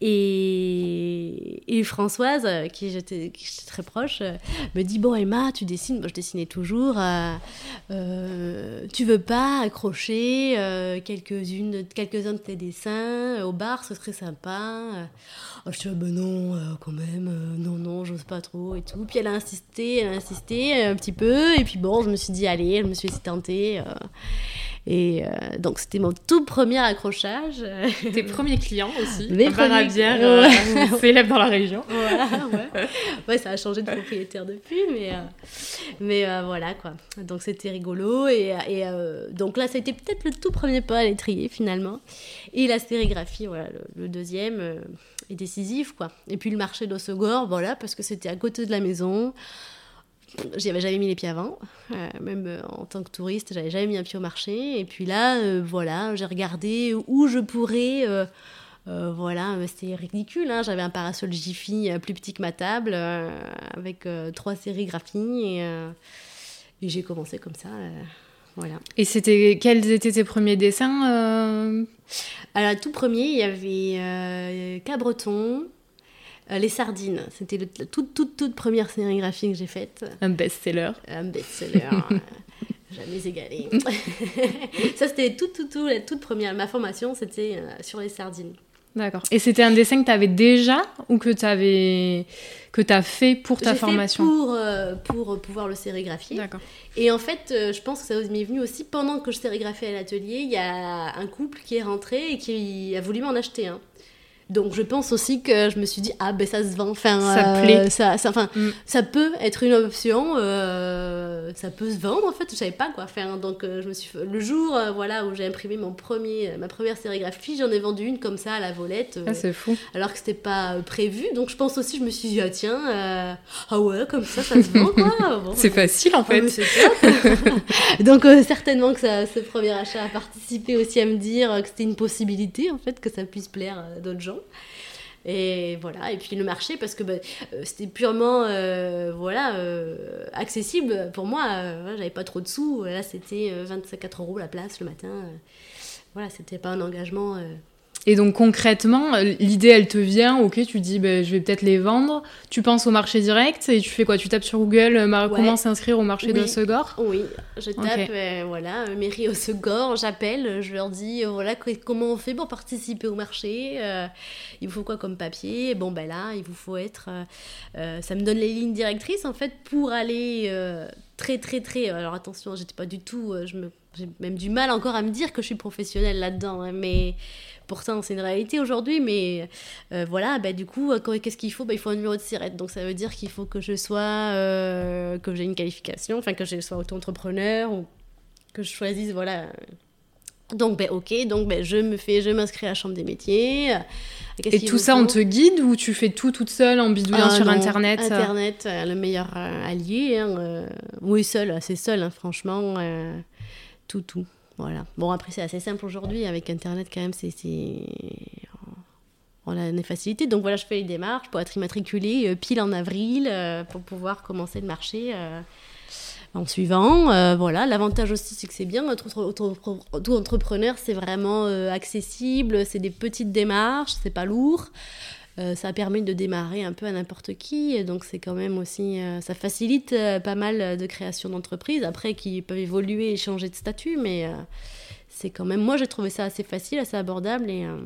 Et, et Françoise euh, qui j'étais, qui j'étais très proche euh, me dit bon Emma tu dessines, moi je dessinais toujours, euh, euh, tu veux pas accrocher euh, quelques-unes quelques-uns de tes dessins au bar, ce serait sympa. Oh, je dis ah ben non euh, quand même euh, non non j'ose pas trop et tout, puis elle a insisté elle a insisté un petit peu et puis bon je me suis dit allez, je me suis laissée tenter euh, et euh, donc c'était mon tout premier accrochage. Tes premiers clients aussi. Mes un bar à bière ouais. euh, célèbre dans la région. Voilà, ouais. Ouais, ça a changé de propriétaire depuis, mais, euh, mais euh, voilà quoi. Donc c'était rigolo et, et euh, donc là ça a été peut-être le tout premier pas à l'étrier finalement. Et la sérigraphie, voilà, le, le deuxième euh, est décisif quoi. Et puis le marché d'Hossegor, voilà, parce que c'était à côté de la maison. J'y avais jamais mis les pieds avant, euh, même euh, en tant que touriste, j'avais jamais mis un pied au marché. Et puis là, euh, voilà, j'ai regardé où je pourrais, euh, euh, voilà, c'était ridicule, hein, j'avais un parasol Jiffy euh, plus petit que ma table, euh, avec euh, trois sérigraphies, et, euh, et j'ai commencé comme ça, euh, voilà. Et c'était, quels étaient tes premiers dessins euh... Alors, tout premier, il y avait euh, Cabreton, Euh, les sardines, c'était le, la toute, toute, toute première sérigraphie que j'ai faite. Un best-seller. Un best-seller, euh, jamais égalé. Ça, c'était tout, tout, tout, la toute première. Ma formation, c'était euh, sur les sardines. D'accord. Et c'était un dessin que tu avais déjà ou que tu avais que tu as fait pour ta j'ai formation? Fait pour euh, pour pouvoir le sérigraphier. D'accord. Et en fait, euh, je pense que ça m'est venu aussi pendant que je sérigraphiais à l'atelier, il y a un couple qui est rentré et qui a voulu m'en acheter un. Donc je pense aussi que je me suis dit ah ben ça se vend, enfin ça euh, plaît, ça, ça, enfin mm. ça peut être une option, euh, ça peut se vendre en fait, je savais pas quoi faire. Donc euh, je me suis fait... le jour euh, voilà où j'ai imprimé mon premier, ma première sérigraphie, j'en ai vendu une comme ça à la volette. Euh, ah c'est fou. Alors que c'était pas euh, prévu, donc je pense aussi je me suis dit ah tiens euh, ah ouais comme ça ça se vend quoi. Bon, c'est euh, facile en fait. Ah, c'est top. Donc euh, certainement que ça, ce premier achat a participé aussi à me dire que c'était une possibilité en fait que ça puisse plaire à d'autres gens. Et voilà, et puis le marché parce que bah, euh, c'était purement euh, voilà euh, accessible pour moi, euh, j'avais pas trop de sous, là c'était euh, vingt-quatre euros la place le matin, euh, voilà, c'était pas un engagement. euh, Et donc concrètement, l'idée elle te vient, ok, tu dis bah, je vais peut-être les vendre, tu penses au marché direct et tu fais quoi? Tu tapes sur Google euh, ouais. comment s'inscrire au marché oui. de Hossegor? Oui, je tape okay. euh, voilà, mairie Hossegor, j'appelle, je leur dis euh, voilà comment on fait pour participer au marché, euh, il vous faut quoi comme papier? Bon ben là, il vous faut être, euh, euh, ça me donne les lignes directrices en fait pour aller euh, très très très, alors attention, j'étais pas du tout, euh, je me, j'ai même du mal encore à me dire que je suis professionnelle là-dedans, hein, mais pourtant c'est une réalité aujourd'hui, mais euh, voilà, bah, du coup, qu'est-ce qu'il faut? Bah, il faut un numéro de SIRET, donc ça veut dire qu'il faut que je sois, euh, que j'ai une qualification, enfin que je sois auto-entrepreneur, ou que je choisisse, voilà. Donc, bah, ok, donc bah, je me fais, je m'inscris à la Chambre des métiers. Qu'est-ce Et tout ça, faut? On te guide ou tu fais tout toute seule en bidouillant ah, sur non, Internet? Internet, euh, le meilleur euh, allié. Hein, euh, oui, seul, c'est seul, hein, franchement, euh, tout, tout. Voilà. Bon, après, c'est assez simple aujourd'hui. Avec Internet, quand même, c'est... c'est... on a des facilités. Donc, voilà, je fais les démarches pour être immatriculée euh, pile en avril euh, pour pouvoir commencer le marché euh, en suivant. Euh, voilà. L'avantage aussi, c'est que c'est bien. Être auto-entrepreneur, c'est vraiment euh, accessible. C'est des petites démarches. C'est pas lourd. Euh, ça permet de démarrer un peu à n'importe qui, donc c'est quand même aussi, euh, ça facilite euh, pas mal de création d'entreprises, après qui peuvent évoluer et changer de statut, mais euh, c'est quand même, moi j'ai trouvé ça assez facile, assez abordable. Et, euh...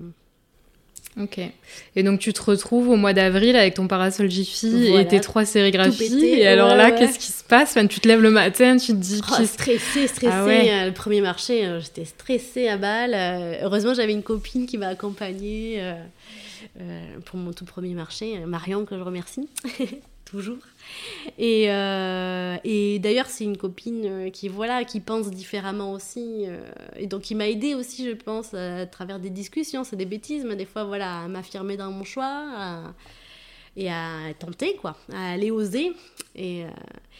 Ok. Et donc tu te retrouves au mois d'avril avec ton parasol Jiffy voilà, et tes trois sérigraphies, pété, et alors ouais, là, ouais. qu'est-ce qui se passe? Enfin, tu te lèves le matin, tu te dis... Oh, stressée, stressée, ah ouais. euh, le premier marché, euh, j'étais stressée à balle, euh, heureusement j'avais une copine qui m'a accompagnée, euh, Euh, pour mon tout premier marché, Marion, que je remercie toujours. Et, euh, et d'ailleurs, c'est une copine qui, voilà, qui pense différemment aussi, euh, et donc qui m'a aidée aussi, je pense, à travers des discussions. C'est des bêtises, mais des fois, voilà, à m'affirmer dans mon choix, à, et à tenter, quoi, à aller oser. Et, euh,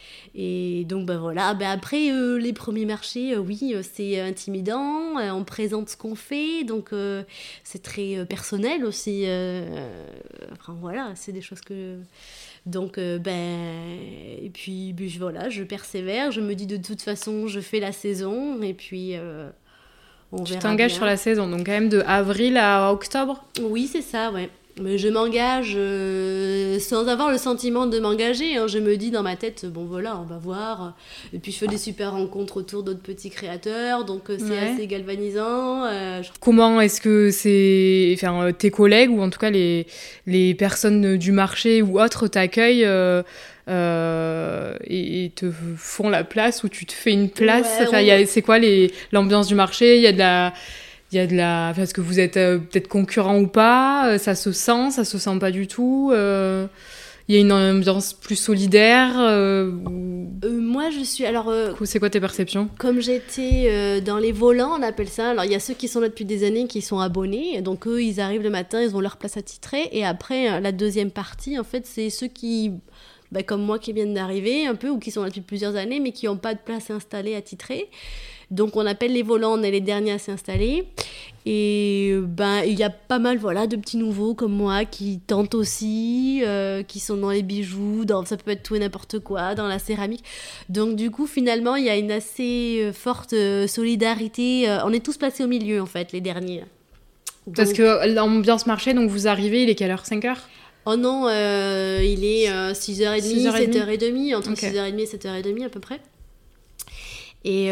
et donc, ben voilà. Ben après, euh, les premiers marchés, euh, oui, euh, c'est intimidant. Euh, on présente ce qu'on fait, donc euh, c'est très euh, personnel aussi. Euh, enfin, voilà, c'est des choses que... Donc, euh, ben... Et puis, ben, voilà, je persévère. Je me dis, de toute façon, je fais la saison. Et puis... Euh, on tu verra t'engages bien. Sur la saison, donc quand même de avril à octobre? Oui, c'est ça, ouais. Mais je m'engage euh, sans avoir le sentiment de m'engager. Hein. Je me dis dans ma tête, bon voilà, on va voir. Et puis je fais des super rencontres autour d'autres petits créateurs, donc euh, c'est ouais. assez galvanisant. Euh, je... Comment est-ce que c'est, enfin, tes collègues ou en tout cas les, les personnes du marché ou autres t'accueillent euh, euh, et, et te font la place ou tu te fais une place? Ouais, enfin, on... y a, c'est quoi les, l'ambiance du marché? Il y a de la... Il y a de la... Parce que vous êtes euh, peut-être concurrent ou pas, ça se sent, ça se sent pas du tout. Euh... Il y a une ambiance plus solidaire euh, ou... euh, Moi, je suis... Alors, euh, c'est quoi tes perceptions? Comme j'étais euh, dans les volants, on appelle ça. Alors, il y a ceux qui sont là depuis des années, qui sont abonnés. Donc, eux, ils arrivent le matin, ils ont leur place attitrée. Et après, la deuxième partie, en fait, c'est ceux qui... Bah, comme moi, qui viennent d'arriver un peu, ou qui sont là depuis plusieurs années, mais qui n'ont pas de place installée, attitrée. Donc, on appelle les volants, on est les derniers à s'installer. Et ben, il y a pas mal voilà, de petits nouveaux comme moi qui tentent aussi, euh, qui sont dans les bijoux, dans, ça peut être tout et n'importe quoi, dans la céramique. Donc, du coup, finalement, il y a une assez forte solidarité. On est tous placés au milieu, en fait, les derniers. Donc... Parce que l'ambiance marché, donc vous arrivez, il est quelle heure? cinq heures? Oh non, euh, il est euh, six heures trente, sept heures trente, entre okay. six heures trente et sept heures trente à peu près. Et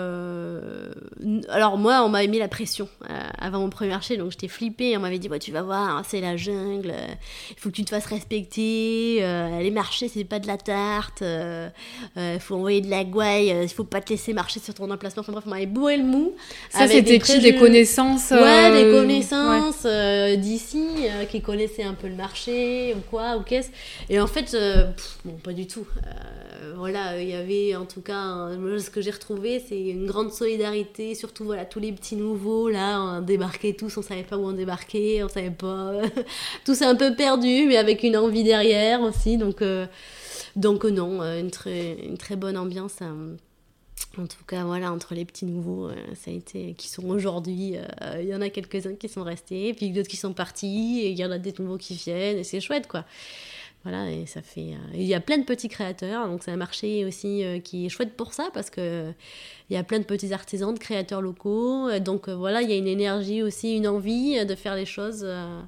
euh... alors moi, on m'avait mis la pression euh, avant mon premier marché, donc j'étais flippée. On m'avait dit, ouais, tu vas voir, hein, c'est la jungle, il euh, faut que tu te fasses respecter. Euh, les marchés, c'est pas de la tarte. Il euh, euh, faut envoyer de la gouaille. Il euh, faut pas te laisser marcher sur ton emplacement. Enfin bref, on m'avait bourré le mou. Ça, c'était qui, des connaissances euh... Ouais, des connaissances ouais. euh, d'ici euh, qui connaissaient un peu le marché ou quoi ou qu'est-ce. Et en fait, euh, pff, bon, pas du tout. Euh, voilà, il y avait en tout cas un, ce que j'ai retrouvé, c'est une grande solidarité, surtout voilà, tous les petits nouveaux, là, on débarquait tous, on savait pas où on débarquait, on savait pas, tous un peu perdus, mais avec une envie derrière aussi, donc, euh, donc non, une très, une très bonne ambiance, euh, en tout cas, voilà, entre les petits nouveaux, euh, ça a été, qui sont aujourd'hui, il euh, y en a quelques-uns qui sont restés, puis d'autres qui sont partis, et il y en a des nouveaux qui viennent, et c'est chouette, quoi. Voilà, et ça fait... Euh, il y a plein de petits créateurs, donc c'est un marché aussi euh, qui est chouette pour ça, parce que il y a plein de petits artisans, de créateurs locaux, donc euh, voilà, il y a une énergie aussi, une envie de faire les choses, euh,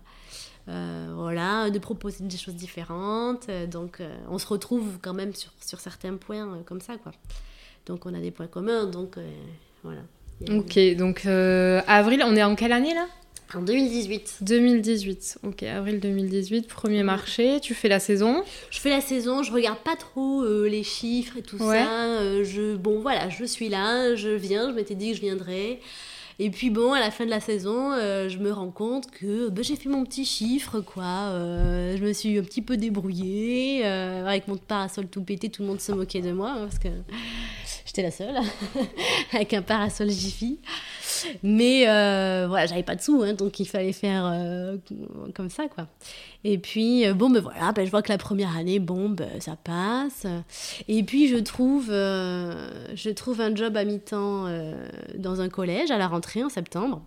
euh, voilà, de proposer des choses différentes, donc euh, on se retrouve quand même sur, sur certains points euh, comme ça, quoi. Donc on a des points communs, donc euh, voilà. Ok, une... donc euh, avril, on est en quelle année là ? En deux mille dix-huit. deux mille dix-huit, ok, avril deux mille dix-huit, premier marché, tu fais la saison ? Je fais la saison, je regarde pas trop euh, les chiffres et tout ouais. ça. Euh, je, bon, voilà, je suis là, je viens, je m'étais dit que je viendrais. Et puis bon, à la fin de la saison, euh, je me rends compte que bah, j'ai fait mon petit chiffre, quoi. Euh, je me suis un petit peu débrouillée. Euh, avec mon parasol tout pété, tout le monde se moquait de moi, hein, parce que j'étais la seule, avec un parasol Jiffy. Mais euh, voilà, j'avais pas de sous, hein, donc il fallait faire euh, comme ça, quoi. Et puis, euh, bon, ben voilà, ben, je vois que la première année, bon, ben, ça passe. Et puis, je trouve, euh, je trouve un job à mi-temps euh, dans un collège à la rentrée en septembre.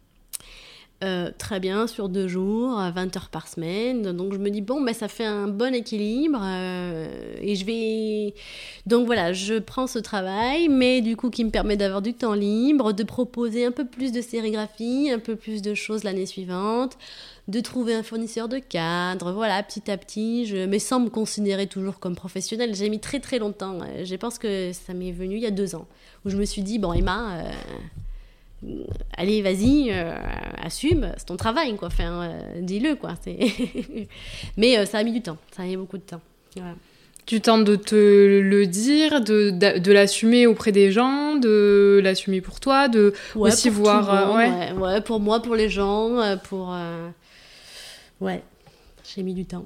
Euh, très bien, sur deux jours, à vingt heures par semaine. Donc je me dis, bon, ben, ça fait un bon équilibre. Euh, et je vais... Donc voilà, je prends ce travail, mais du coup qui me permet d'avoir du temps libre, de proposer un peu plus de sérigraphie, un peu plus de choses l'année suivante, de trouver un fournisseur de cadre. Voilà, petit à petit, je... mais sans me considérer toujours comme professionnelle. J'ai mis très très longtemps. Je pense que ça m'est venu il y a deux ans, où je me suis dit, bon Emma... Euh... allez, vas-y, euh, assume, c'est ton travail, quoi. Enfin, euh, dis-le, quoi. C'est... Mais euh, ça a mis du temps, ça a mis beaucoup de temps. Voilà. Tu tentes de te le dire, de, de, de l'assumer auprès des gens, de l'assumer pour toi, de ouais, aussi pour voir... Tout le monde, euh, ouais. Ouais, ouais, pour moi, pour les gens, pour... Euh... Ouais, j'ai mis du temps.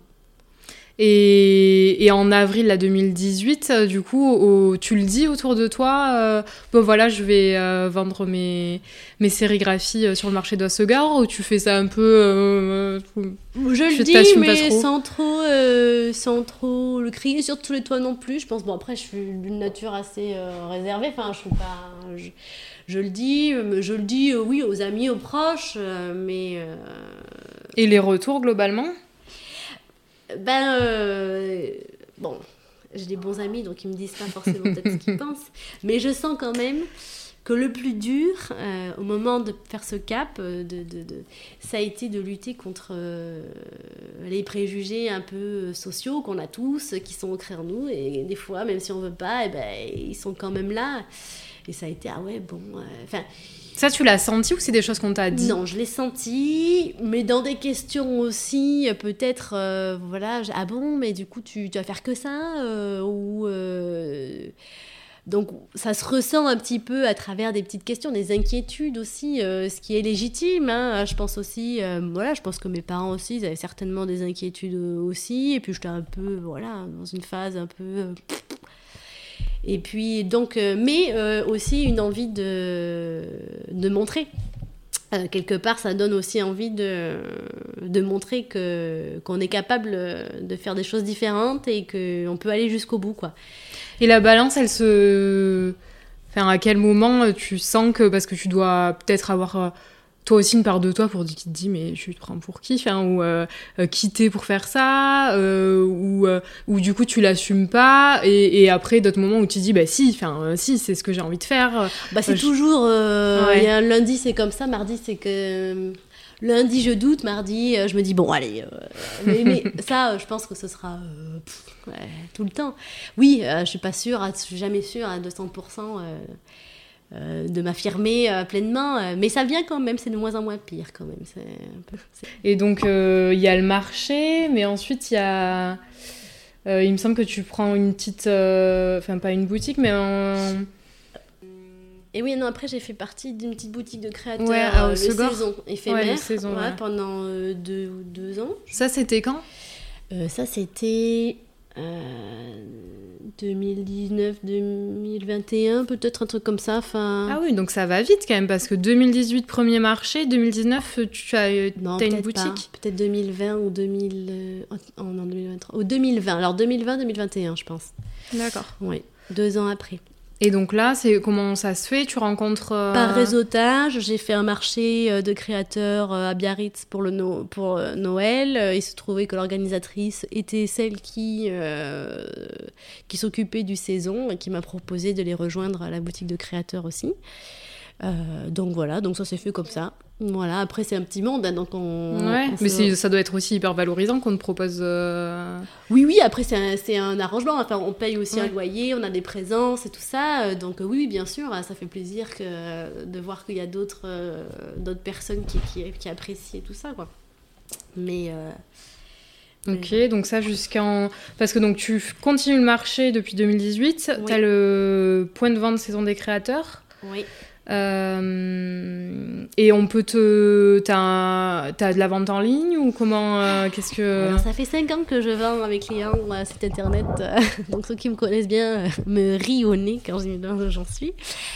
Et, et en avril là, deux mille dix-huit, euh, du coup, au, tu le dis autour de toi, euh, bon voilà, je vais euh, vendre mes, mes sérigraphies euh, sur le marché d'Hossegor, ou tu fais ça un peu... Euh, je le dis, mais trop. Sans, trop, euh, sans trop le crier sur tous les toits non plus. Je pense, bon après, je suis d'une nature assez euh, réservée, enfin, je suis pas... Je, je le dis, je le dis, euh, oui, aux amis, aux proches, euh, mais... Euh... Et les retours, globalement ? Ben, euh, bon, j'ai des bons amis, donc ils me disent pas forcément peut-être ce qu'ils pensent, mais je sens quand même que le plus dur, euh, au moment de faire ce cap, de, de, de, ça a été de lutter contre euh, les préjugés un peu sociaux qu'on a tous, qui sont ancrés en nous, et des fois, même si on veut pas, eh ben, ils sont quand même là, et ça a été, ah ouais, bon, enfin... Euh, Ça, tu l'as senti ou c'est des choses qu'on t'a dit ? Non, je l'ai senti, mais dans des questions aussi, peut-être, euh, voilà, ah bon, mais du coup, tu, tu vas faire que ça euh, ou euh... Donc, ça se ressent un petit peu à travers des petites questions, des inquiétudes aussi, euh, ce qui est légitime. Hein. Je pense aussi, euh, voilà, je pense que mes parents aussi, ils avaient certainement des inquiétudes aussi, et puis j'étais un peu, voilà, dans une phase un peu... Euh, Et puis, donc, euh, mais euh, aussi une envie de, de montrer. Euh, quelque part, ça donne aussi envie de, de montrer que, qu'on est capable de faire des choses différentes et qu'on peut aller jusqu'au bout, quoi. Et la balance, elle se... Enfin, à quel moment tu sens que... Parce que tu dois peut-être avoir... toi aussi une part de toi pour qui te dit mais je te prends pour qui, enfin, ou euh, euh, quitter pour faire ça, euh, ou, euh, ou du coup tu l'assumes pas, et, et après d'autres moments où tu dis bah si, enfin euh, si, c'est ce que j'ai envie de faire. Bah c'est euh, toujours, il euh, ouais. y a un lundi c'est comme ça, mardi c'est que lundi, je doute, mardi, euh, je me dis, bon, allez. Euh, mais, mais ça, euh, je pense que ce sera euh, pff, ouais, tout le temps. Oui, euh, je ne suis pas sûre, je suis jamais sûre à deux cents pour cent euh, euh, de m'affirmer euh, pleinement. Euh, mais ça vient quand même, c'est de moins en moins pire quand même. C'est un peu, c'est... Et donc, il euh, y a le marché, mais ensuite, il y a... Euh, il me semble que tu prends une petite... Enfin, euh, pas une boutique, mais un... Et oui, non, après, j'ai fait partie d'une petite boutique de créateurs, ouais, euh, le Segor. saison éphémère, ouais, le saison, ouais, ouais. pendant euh, deux, deux ans. Ça, c'était quand euh, Ça, c'était euh, deux mille dix-neuf deux mille vingt et un, peut-être un truc comme ça. Fin... Ah oui, donc ça va vite quand même, parce que deux mille dix-huit, premier marché, deux mille dix-neuf, tu as, non, t'as une boutique pas. Peut-être deux mille vingt ou deux mille... Euh, oh, non, deux mille vingt-trois. Ou deux mille vingt, alors deux mille vingt deux mille vingt et un, je pense. D'accord. Oui, deux ans après. Et donc là, c'est comment ça se fait ? Tu rencontres... Euh... Par réseautage, j'ai fait un marché de créateurs à Biarritz pour, le no- pour Noël. Il se trouvait que l'organisatrice était celle qui, euh, qui s'occupait du saison et qui m'a proposé de les rejoindre à la boutique de créateurs aussi. Euh, donc voilà, donc ça s'est fait comme ça. Voilà, après c'est un petit monde, hein, donc on... Ouais, on mais se... c'est, ça doit être aussi hyper valorisant qu'on te propose... Euh... Oui, oui, après c'est un, c'est un arrangement, enfin on paye aussi ouais. un loyer, on a des présences et tout ça, donc oui, oui, bien sûr, ça fait plaisir que, de voir qu'il y a d'autres, euh, d'autres personnes qui, qui, qui apprécient tout ça, quoi. Mais... Euh... Ok, mais... donc ça jusqu'en... Parce que donc tu continues le marché depuis deux mille dix-huit, oui. T'as le point de vente Saison des créateurs. Oui. Euh, et on peut te... T'as, t'as de la vente en ligne ou comment euh, qu'est-ce que... Alors, ça fait cinq ans que je vends à mes clients euh, site internet, euh, donc ceux qui me connaissent bien euh, me rient au nez quand j'en suis.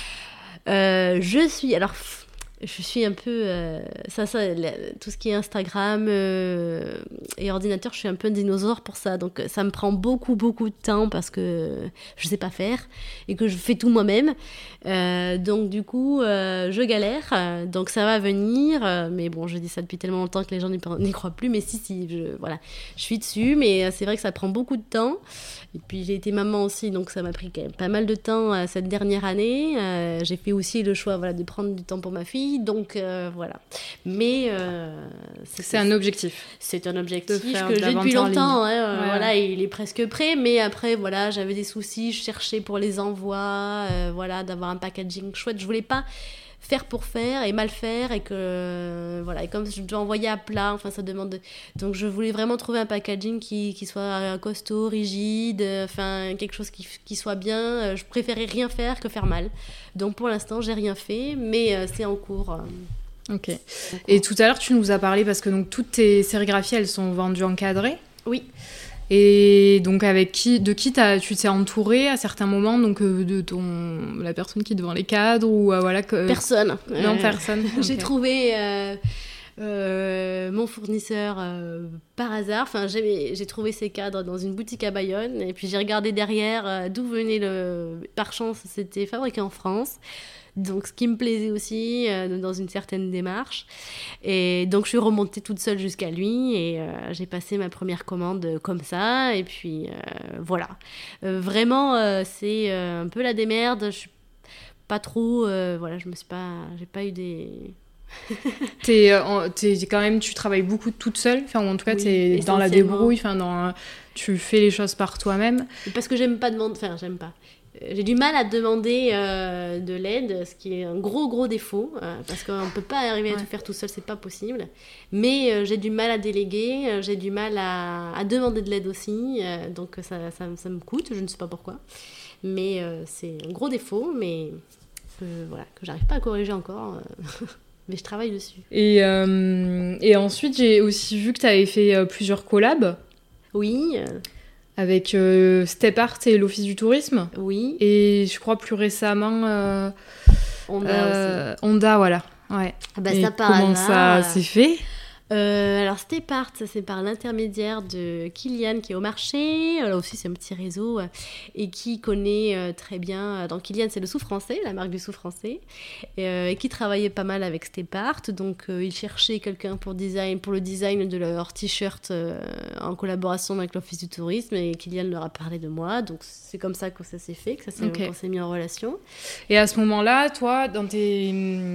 Euh, je suis... Alors... Je suis un peu... Euh, ça, ça, la, tout ce qui est Instagram euh, et ordinateur, je suis un peu un dinosaure pour ça. Donc, ça me prend beaucoup, beaucoup de temps parce que je ne sais pas faire et que je fais tout moi-même. Euh, donc, du coup, euh, je galère. Donc, ça va venir. Mais bon, je dis ça depuis tellement longtemps que les gens n'y, n'y croient plus. Mais si, si, je, voilà. Je suis dessus. Mais c'est vrai que ça prend beaucoup de temps. Et puis, j'ai été maman aussi. Donc, ça m'a pris quand même pas mal de temps euh, cette dernière année. Euh, j'ai fait aussi le choix voilà, de prendre du temps pour ma fille. Donc euh, voilà. Mais euh, c'est, c'est un objectif. C'est un objectif que j'ai depuis longtemps. Hein, euh, ouais, voilà, ouais. Il est presque prêt. Mais après, voilà, j'avais des soucis. Je cherchais pour les envois, euh, voilà, d'avoir un packaging chouette. Je voulais pas faire pour faire et mal faire et que euh, voilà, et comme je dois envoyer à plat, enfin ça demande de... donc je voulais vraiment trouver un packaging qui, qui soit costaud, rigide, enfin quelque chose qui, qui soit bien. Je préférais rien faire que faire mal, donc pour l'instant j'ai rien fait, mais euh, c'est en cours. euh, ok. En cours. Et tout à l'heure tu nous as parlé parce que donc toutes tes sérigraphies elles sont vendues encadrées. Oui. Et donc avec qui, de qui tu t'es entourée à certains moments, donc euh, de ton, la personne qui est devant les cadres ou euh, voilà que... Personne. Non, euh, personne. J'ai okay. trouvé euh, euh, mon fournisseur euh, par hasard. Enfin, j'ai, j'ai trouvé ces cadres dans une boutique à Bayonne et puis j'ai regardé derrière euh, d'où venait le... Par chance, c'était fabriqué en France. Donc, ce qui me plaisait aussi, euh, dans une certaine démarche. Et donc, je suis remontée toute seule jusqu'à lui et euh, j'ai passé ma première commande comme ça. Et puis, euh, voilà. Euh, vraiment, euh, c'est euh, un peu la démerde. Je suis pas trop... Euh, voilà, je me suis pas... J'ai pas eu des... t'es, euh, t'es quand même... Tu travailles beaucoup toute seule. Enfin, en tout cas, oui, t'es dans la débrouille. Enfin, dans, tu fais les choses par toi-même. Parce que j'aime pas demander... Enfin, j'aime pas... J'ai du mal à demander euh, de l'aide, ce qui est un gros gros défaut, euh, parce qu'on ne peut pas arriver à ouais. tout faire tout seul, c'est pas possible. Mais euh, j'ai du mal à déléguer, euh, j'ai du mal à, à demander de l'aide aussi, euh, donc ça, ça, ça me coûte, je ne sais pas pourquoi. Mais euh, c'est un gros défaut, mais euh, voilà, que j'arrive pas à corriger encore, euh, mais je travaille dessus. Et, euh, et ensuite, j'ai aussi vu que tu avais fait euh, plusieurs collabs. Oui. Euh... Avec euh, Step Art et l'Office du Tourisme. Oui. Et je crois plus récemment... Euh, Honda euh, aussi. Honda, voilà. Ouais. Ah bah et ça par comment hasard. ça s'est fait ? Euh, alors Step Art, ça c'est par l'intermédiaire de Kylian qui est au marché, là aussi c'est un petit réseau euh, et qui connaît euh, très bien, donc Kylian c'est le sous français, la marque du sous français, et, euh, et qui travaillait pas mal avec Step Art, donc euh, il cherchait quelqu'un pour, design, pour le design de leur t-shirt euh, en collaboration avec l'Office du Tourisme, et Kylian leur a parlé de moi, donc c'est comme ça que ça s'est fait, que ça s'est, okay. qu'on s'est mis en relation. Et à ce moment-là, toi, dans tes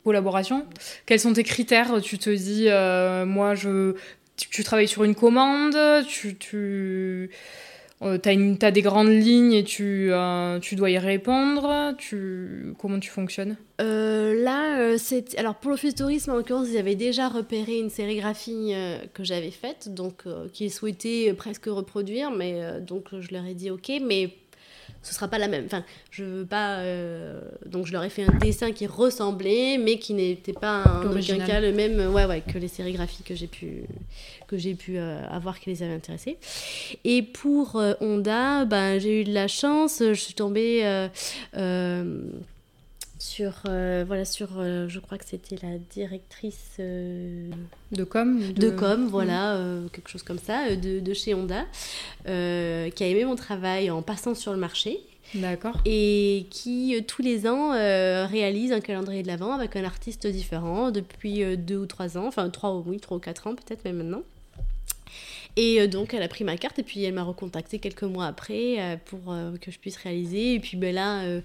collaboration. Quels sont tes critères ? Tu te dis, euh, moi, je, tu, tu travailles sur une commande, tu, tu euh, t'as, une, t'as des grandes lignes et tu, euh, tu dois y répondre. Tu, comment tu fonctionnes ? euh, Là, euh, c'est... alors pour l'Office du tourisme, en l'occurrence, ils avaient déjà repéré une sérigraphie euh, que j'avais faite, donc euh, qu'ils souhaitaient presque reproduire, mais euh, donc je leur ai dit ok, mais ce sera pas la même. Enfin, je veux pas. Euh... Donc, je leur ai fait un dessin qui ressemblait, mais qui n'était pas en aucun cas le même, ouais, ouais, que les sérigraphies que j'ai pu, que j'ai pu euh, avoir qui les avaient intéressés. Et pour euh, Honda, ben, j'ai eu de la chance. Je suis tombée. Euh, euh, sur euh, voilà sur euh, je crois que c'était la directrice euh, de com de, de com voilà mmh. euh, quelque chose comme ça euh, de, de chez Honda euh, qui a aimé mon travail en passant sur le marché. D'accord. Et qui euh, tous les ans euh, réalise un calendrier de l'Avent avec un artiste différent depuis euh, deux ou trois ans, enfin trois oui trois ou quatre ans peut-être même maintenant. Et euh, donc elle a pris ma carte et puis elle m'a recontactée quelques mois après euh, pour euh, que je puisse réaliser. Et puis ben là euh,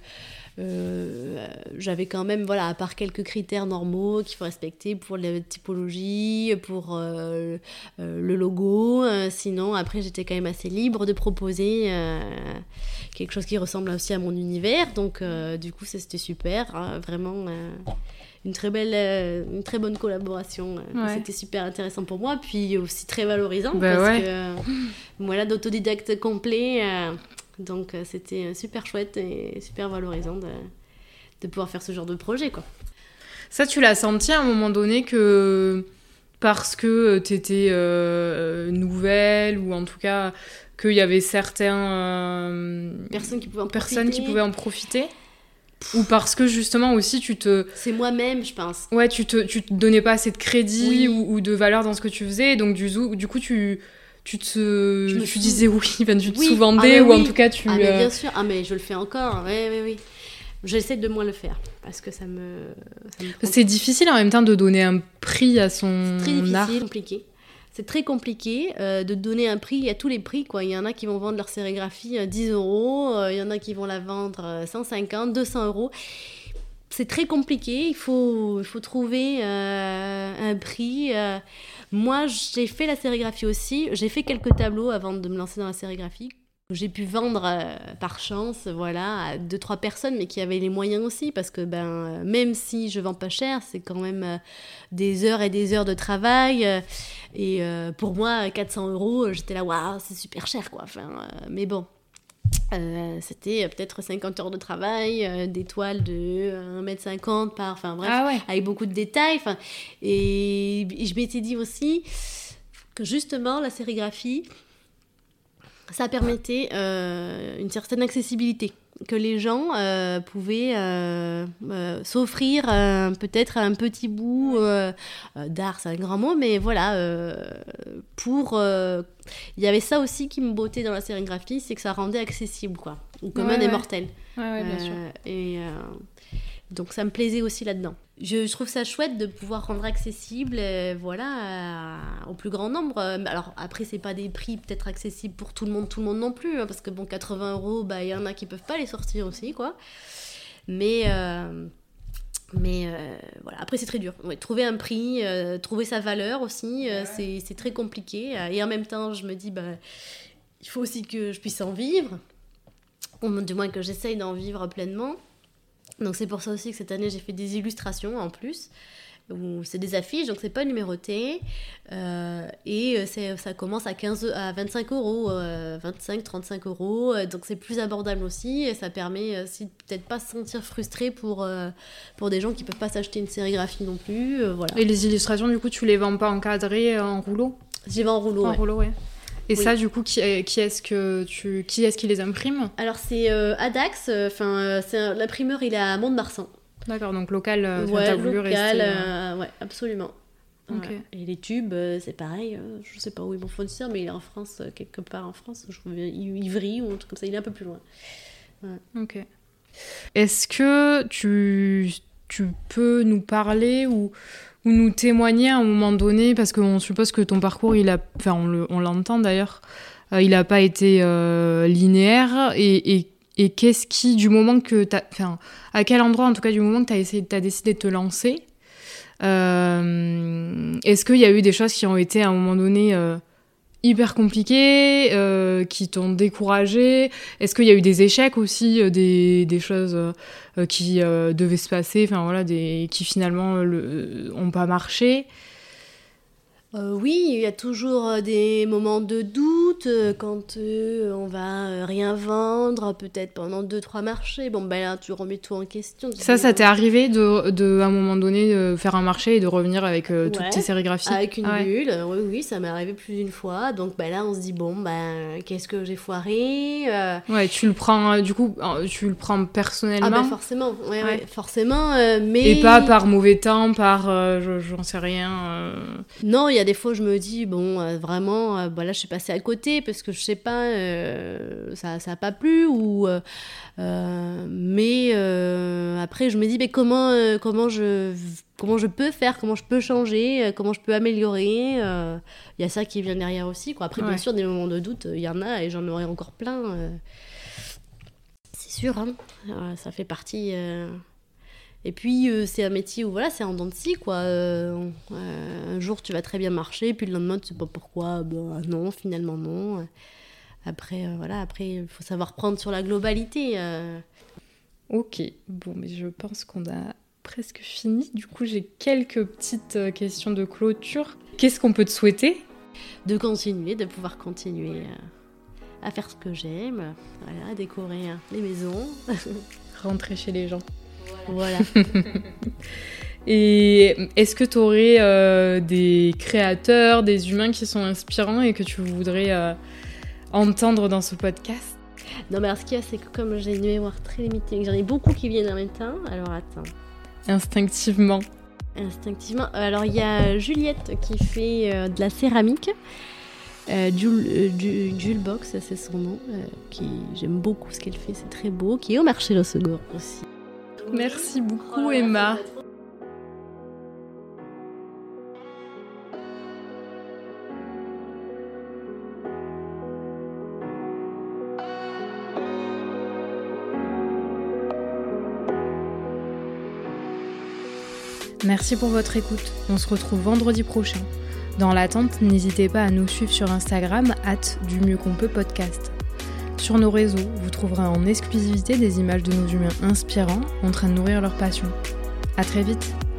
euh, j'avais quand même, voilà, à part quelques critères normaux qu'il faut respecter pour la typologie, pour euh, euh, le logo, euh, sinon après j'étais quand même assez libre de proposer euh, quelque chose qui ressemble aussi à mon univers. Donc euh, du coup ça, c'était super, hein, vraiment euh, une très belle, euh, une très bonne collaboration. Ouais. C'était super intéressant pour moi, puis aussi très valorisant bah parce ouais. que euh, voilà, d'autodidacte complet. Euh, donc euh, c'était super chouette et super valorisant de, de pouvoir faire ce genre de projet, quoi. Ça, tu l'as senti à un moment donné que parce que t'étais euh, nouvelle, ou en tout cas qu'il y avait certaines euh, personnes qui pouvaient en personnes profiter. Qui pouvaient en profiter Ou parce que justement aussi tu te... C'est moi-même, je pense. Ouais, tu te, tu te donnais pas assez de crédit oui. ou, ou de valeur dans ce que tu faisais, donc du, du coup tu... Tu te, je tu sou... disais oui, enfin, tu te oui. sous-vendais, ah, ou oui. en tout cas tu... Ah mais bien sûr, ah mais je le fais encore, oui, oui, oui. J'essaie de moins le faire, parce que ça me... Ça me c'est difficile en même temps de donner un prix à son c'est très difficile, art. C'est compliqué. C'est très compliqué euh, de donner un prix à tous les prix, quoi. Il y en a qui vont vendre leur sérigraphie à dix euros, euh, il y en a qui vont la vendre à cent cinquante, deux cents euros. C'est très compliqué, il faut, il faut trouver euh, un prix... Euh... Moi, j'ai fait la sérigraphie aussi. J'ai fait quelques tableaux avant de me lancer dans la sérigraphie. J'ai pu vendre euh, par chance, voilà, à deux, trois personnes, mais qui avaient les moyens aussi, parce que ben, même si je vends pas cher, c'est quand même euh, des heures et des heures de travail. Euh, et euh, pour moi, quatre cents euros, j'étais là, waouh, c'est super cher, quoi. Enfin, euh, mais bon. Euh, c'était peut-être cinquante heures de travail, euh, des toiles de un mètre cinquante par... Enfin bref, ah ouais. avec beaucoup de détails. Et, et je m'étais dit aussi que justement, la sérigraphie, ça permettait euh, une certaine accessibilité. Que les gens euh, pouvaient euh, euh, s'offrir euh, peut-être un petit bout euh, d'art, c'est un grand mot, mais voilà, euh, pour... Euh, il y avait ça aussi qui me bottait dans la sérigraphie, c'est que ça rendait accessible, quoi, ou commun ouais, et ouais. mortel. Ouais, ouais, bien euh, sûr. Et euh, donc ça me plaisait aussi là-dedans. Je, je trouve ça chouette de pouvoir rendre accessible, euh, voilà, à, au plus grand nombre. Alors après, c'est pas des prix peut-être accessibles pour tout le monde, tout le monde non plus, hein, parce que bon, quatre-vingts euros, bah il y en a qui peuvent pas les sortir aussi, quoi. Mais euh, mais euh, voilà, après c'est très dur. Ouais, trouver un prix, euh, trouver sa valeur aussi, euh, c'est c'est très compliqué. Et en même temps, je me dis, bah il faut aussi que je puisse en vivre, ou du moins que j'essaye d'en vivre pleinement. Donc c'est pour ça aussi que cette année j'ai fait des illustrations en plus, où c'est des affiches, donc c'est pas numéroté, euh, et c'est, ça commence à, quinze, à vingt-cinq euros, euh, vingt-cinq, trente-cinq euros, donc c'est plus abordable aussi, et ça permet aussi de peut-être pas se sentir frustré pour, euh, pour des gens qui peuvent pas s'acheter une sérigraphie non plus, euh, voilà. Et les illustrations, du coup, tu les vends pas encadrées en rouleau ? Je les vends en rouleau, En ouais. rouleau, ouais. Et oui. Ça, du coup, qui, qui, est-ce que tu, qui est-ce qui les imprime ? Alors, c'est euh, Adax, enfin, euh, c'est un, l'imprimeur, il est à Mont-de-Marsan. D'accord, donc local, euh, ouais, t'as voulu local, rester... Euh, ouais, absolument. Okay. Ouais. Et les tubes, euh, c'est pareil, euh, je sais pas où ils m'ont fournisseur, mais il est en France, euh, quelque part en France, je trouve Ivry ou un truc comme ça, il est un peu plus loin. Ouais. Ok. Est-ce que tu, tu peux nous parler ou... ou nous témoigner à un moment donné, parce qu'on suppose que ton parcours, il a, enfin on, le, on l'entend d'ailleurs, euh, il n'a pas été euh, linéaire, et, et, et qu'est-ce qui, du moment que t'as, enfin, à quel endroit en tout cas du moment que tu as décidé de te lancer, Euh, est-ce qu'il y a eu des choses qui ont été à un moment donné euh, hyper compliquées, euh, qui t'ont découragé? Est-ce qu'il y a eu des échecs aussi, euh, des, des choses euh, qui euh, devaient se passer, enfin voilà, des, qui finalement n'ont pas marché? Euh, oui, il y a toujours des moments de doute euh, quand euh, on va euh, rien vendre, peut-être pendant deux trois marchés. Bon, ben là, tu remets tout en question. Ça, ça t'est arrivé de, de, à un moment donné, de faire un marché et de revenir avec euh, toutes Ouais, tes sérigraphies? avec une ouais. bulle, oui, oui, ça m'est arrivé plus d'une fois. Donc ben là, on se dit, bon, ben, qu'est-ce que j'ai foiré euh... Ouais, tu le prends, du coup, tu le prends personnellement? Ah ben forcément, ouais, ouais. ouais forcément, euh, mais... Et pas par mauvais temps, par, euh, je, j'en sais rien... Euh... Non, il y a des fois, je me dis, bon, euh, vraiment, euh, bah là, je suis passée à côté parce que je sais pas, euh, ça ça a pas plu, ou, euh, euh, mais euh, après, je me dis, mais comment, euh, comment, je, comment je peux faire, comment je peux changer, euh, comment je peux améliorer. Il euh, y a ça qui vient derrière aussi, quoi. Après, ouais. bien sûr, des moments de doute, il y en a et j'en aurai encore plein. Euh, c'est sûr, hein, ça fait partie... Euh... Et puis, euh, c'est un métier où, voilà, c'est en dents de scie, quoi. Euh, euh, un jour, tu vas très bien marcher, puis le lendemain, tu sais pas pourquoi. Ben, non, finalement, non. Après, euh, voilà, après, il faut savoir prendre sur la globalité. Euh. Ok, bon, mais je pense qu'on a presque fini. Du coup, j'ai quelques petites questions de clôture. Qu'est-ce qu'on peut te souhaiter? De continuer, de pouvoir continuer euh, à faire ce que j'aime, voilà, à décorer hein, les maisons. Rentrer chez les gens. Voilà. Et est-ce que tu aurais euh, des créateurs, des humains qui sont inspirants et que tu voudrais euh, entendre dans ce podcast? Non, mais alors ce qu'il y a, c'est que comme j'ai une mémoire très limitée, que j'en ai beaucoup qui viennent en même temps, alors attends. Instinctivement. Instinctivement. Alors il y a Juliette qui fait euh, de la céramique. Euh, Jules, euh, Jules Box, c'est son nom. Euh, qui, j'aime beaucoup ce qu'elle fait, c'est très beau. Qui est au marché Los Segor aussi. Merci beaucoup, oh, Emma. Merci pour votre écoute. On se retrouve vendredi prochain. Dans l'attente, n'hésitez pas à nous suivre sur Instagram arobase du mieux qu'on peut podcast. Sur nos réseaux, vous trouverez en exclusivité des images de nos humains inspirants en train de nourrir leur passion. À très vite!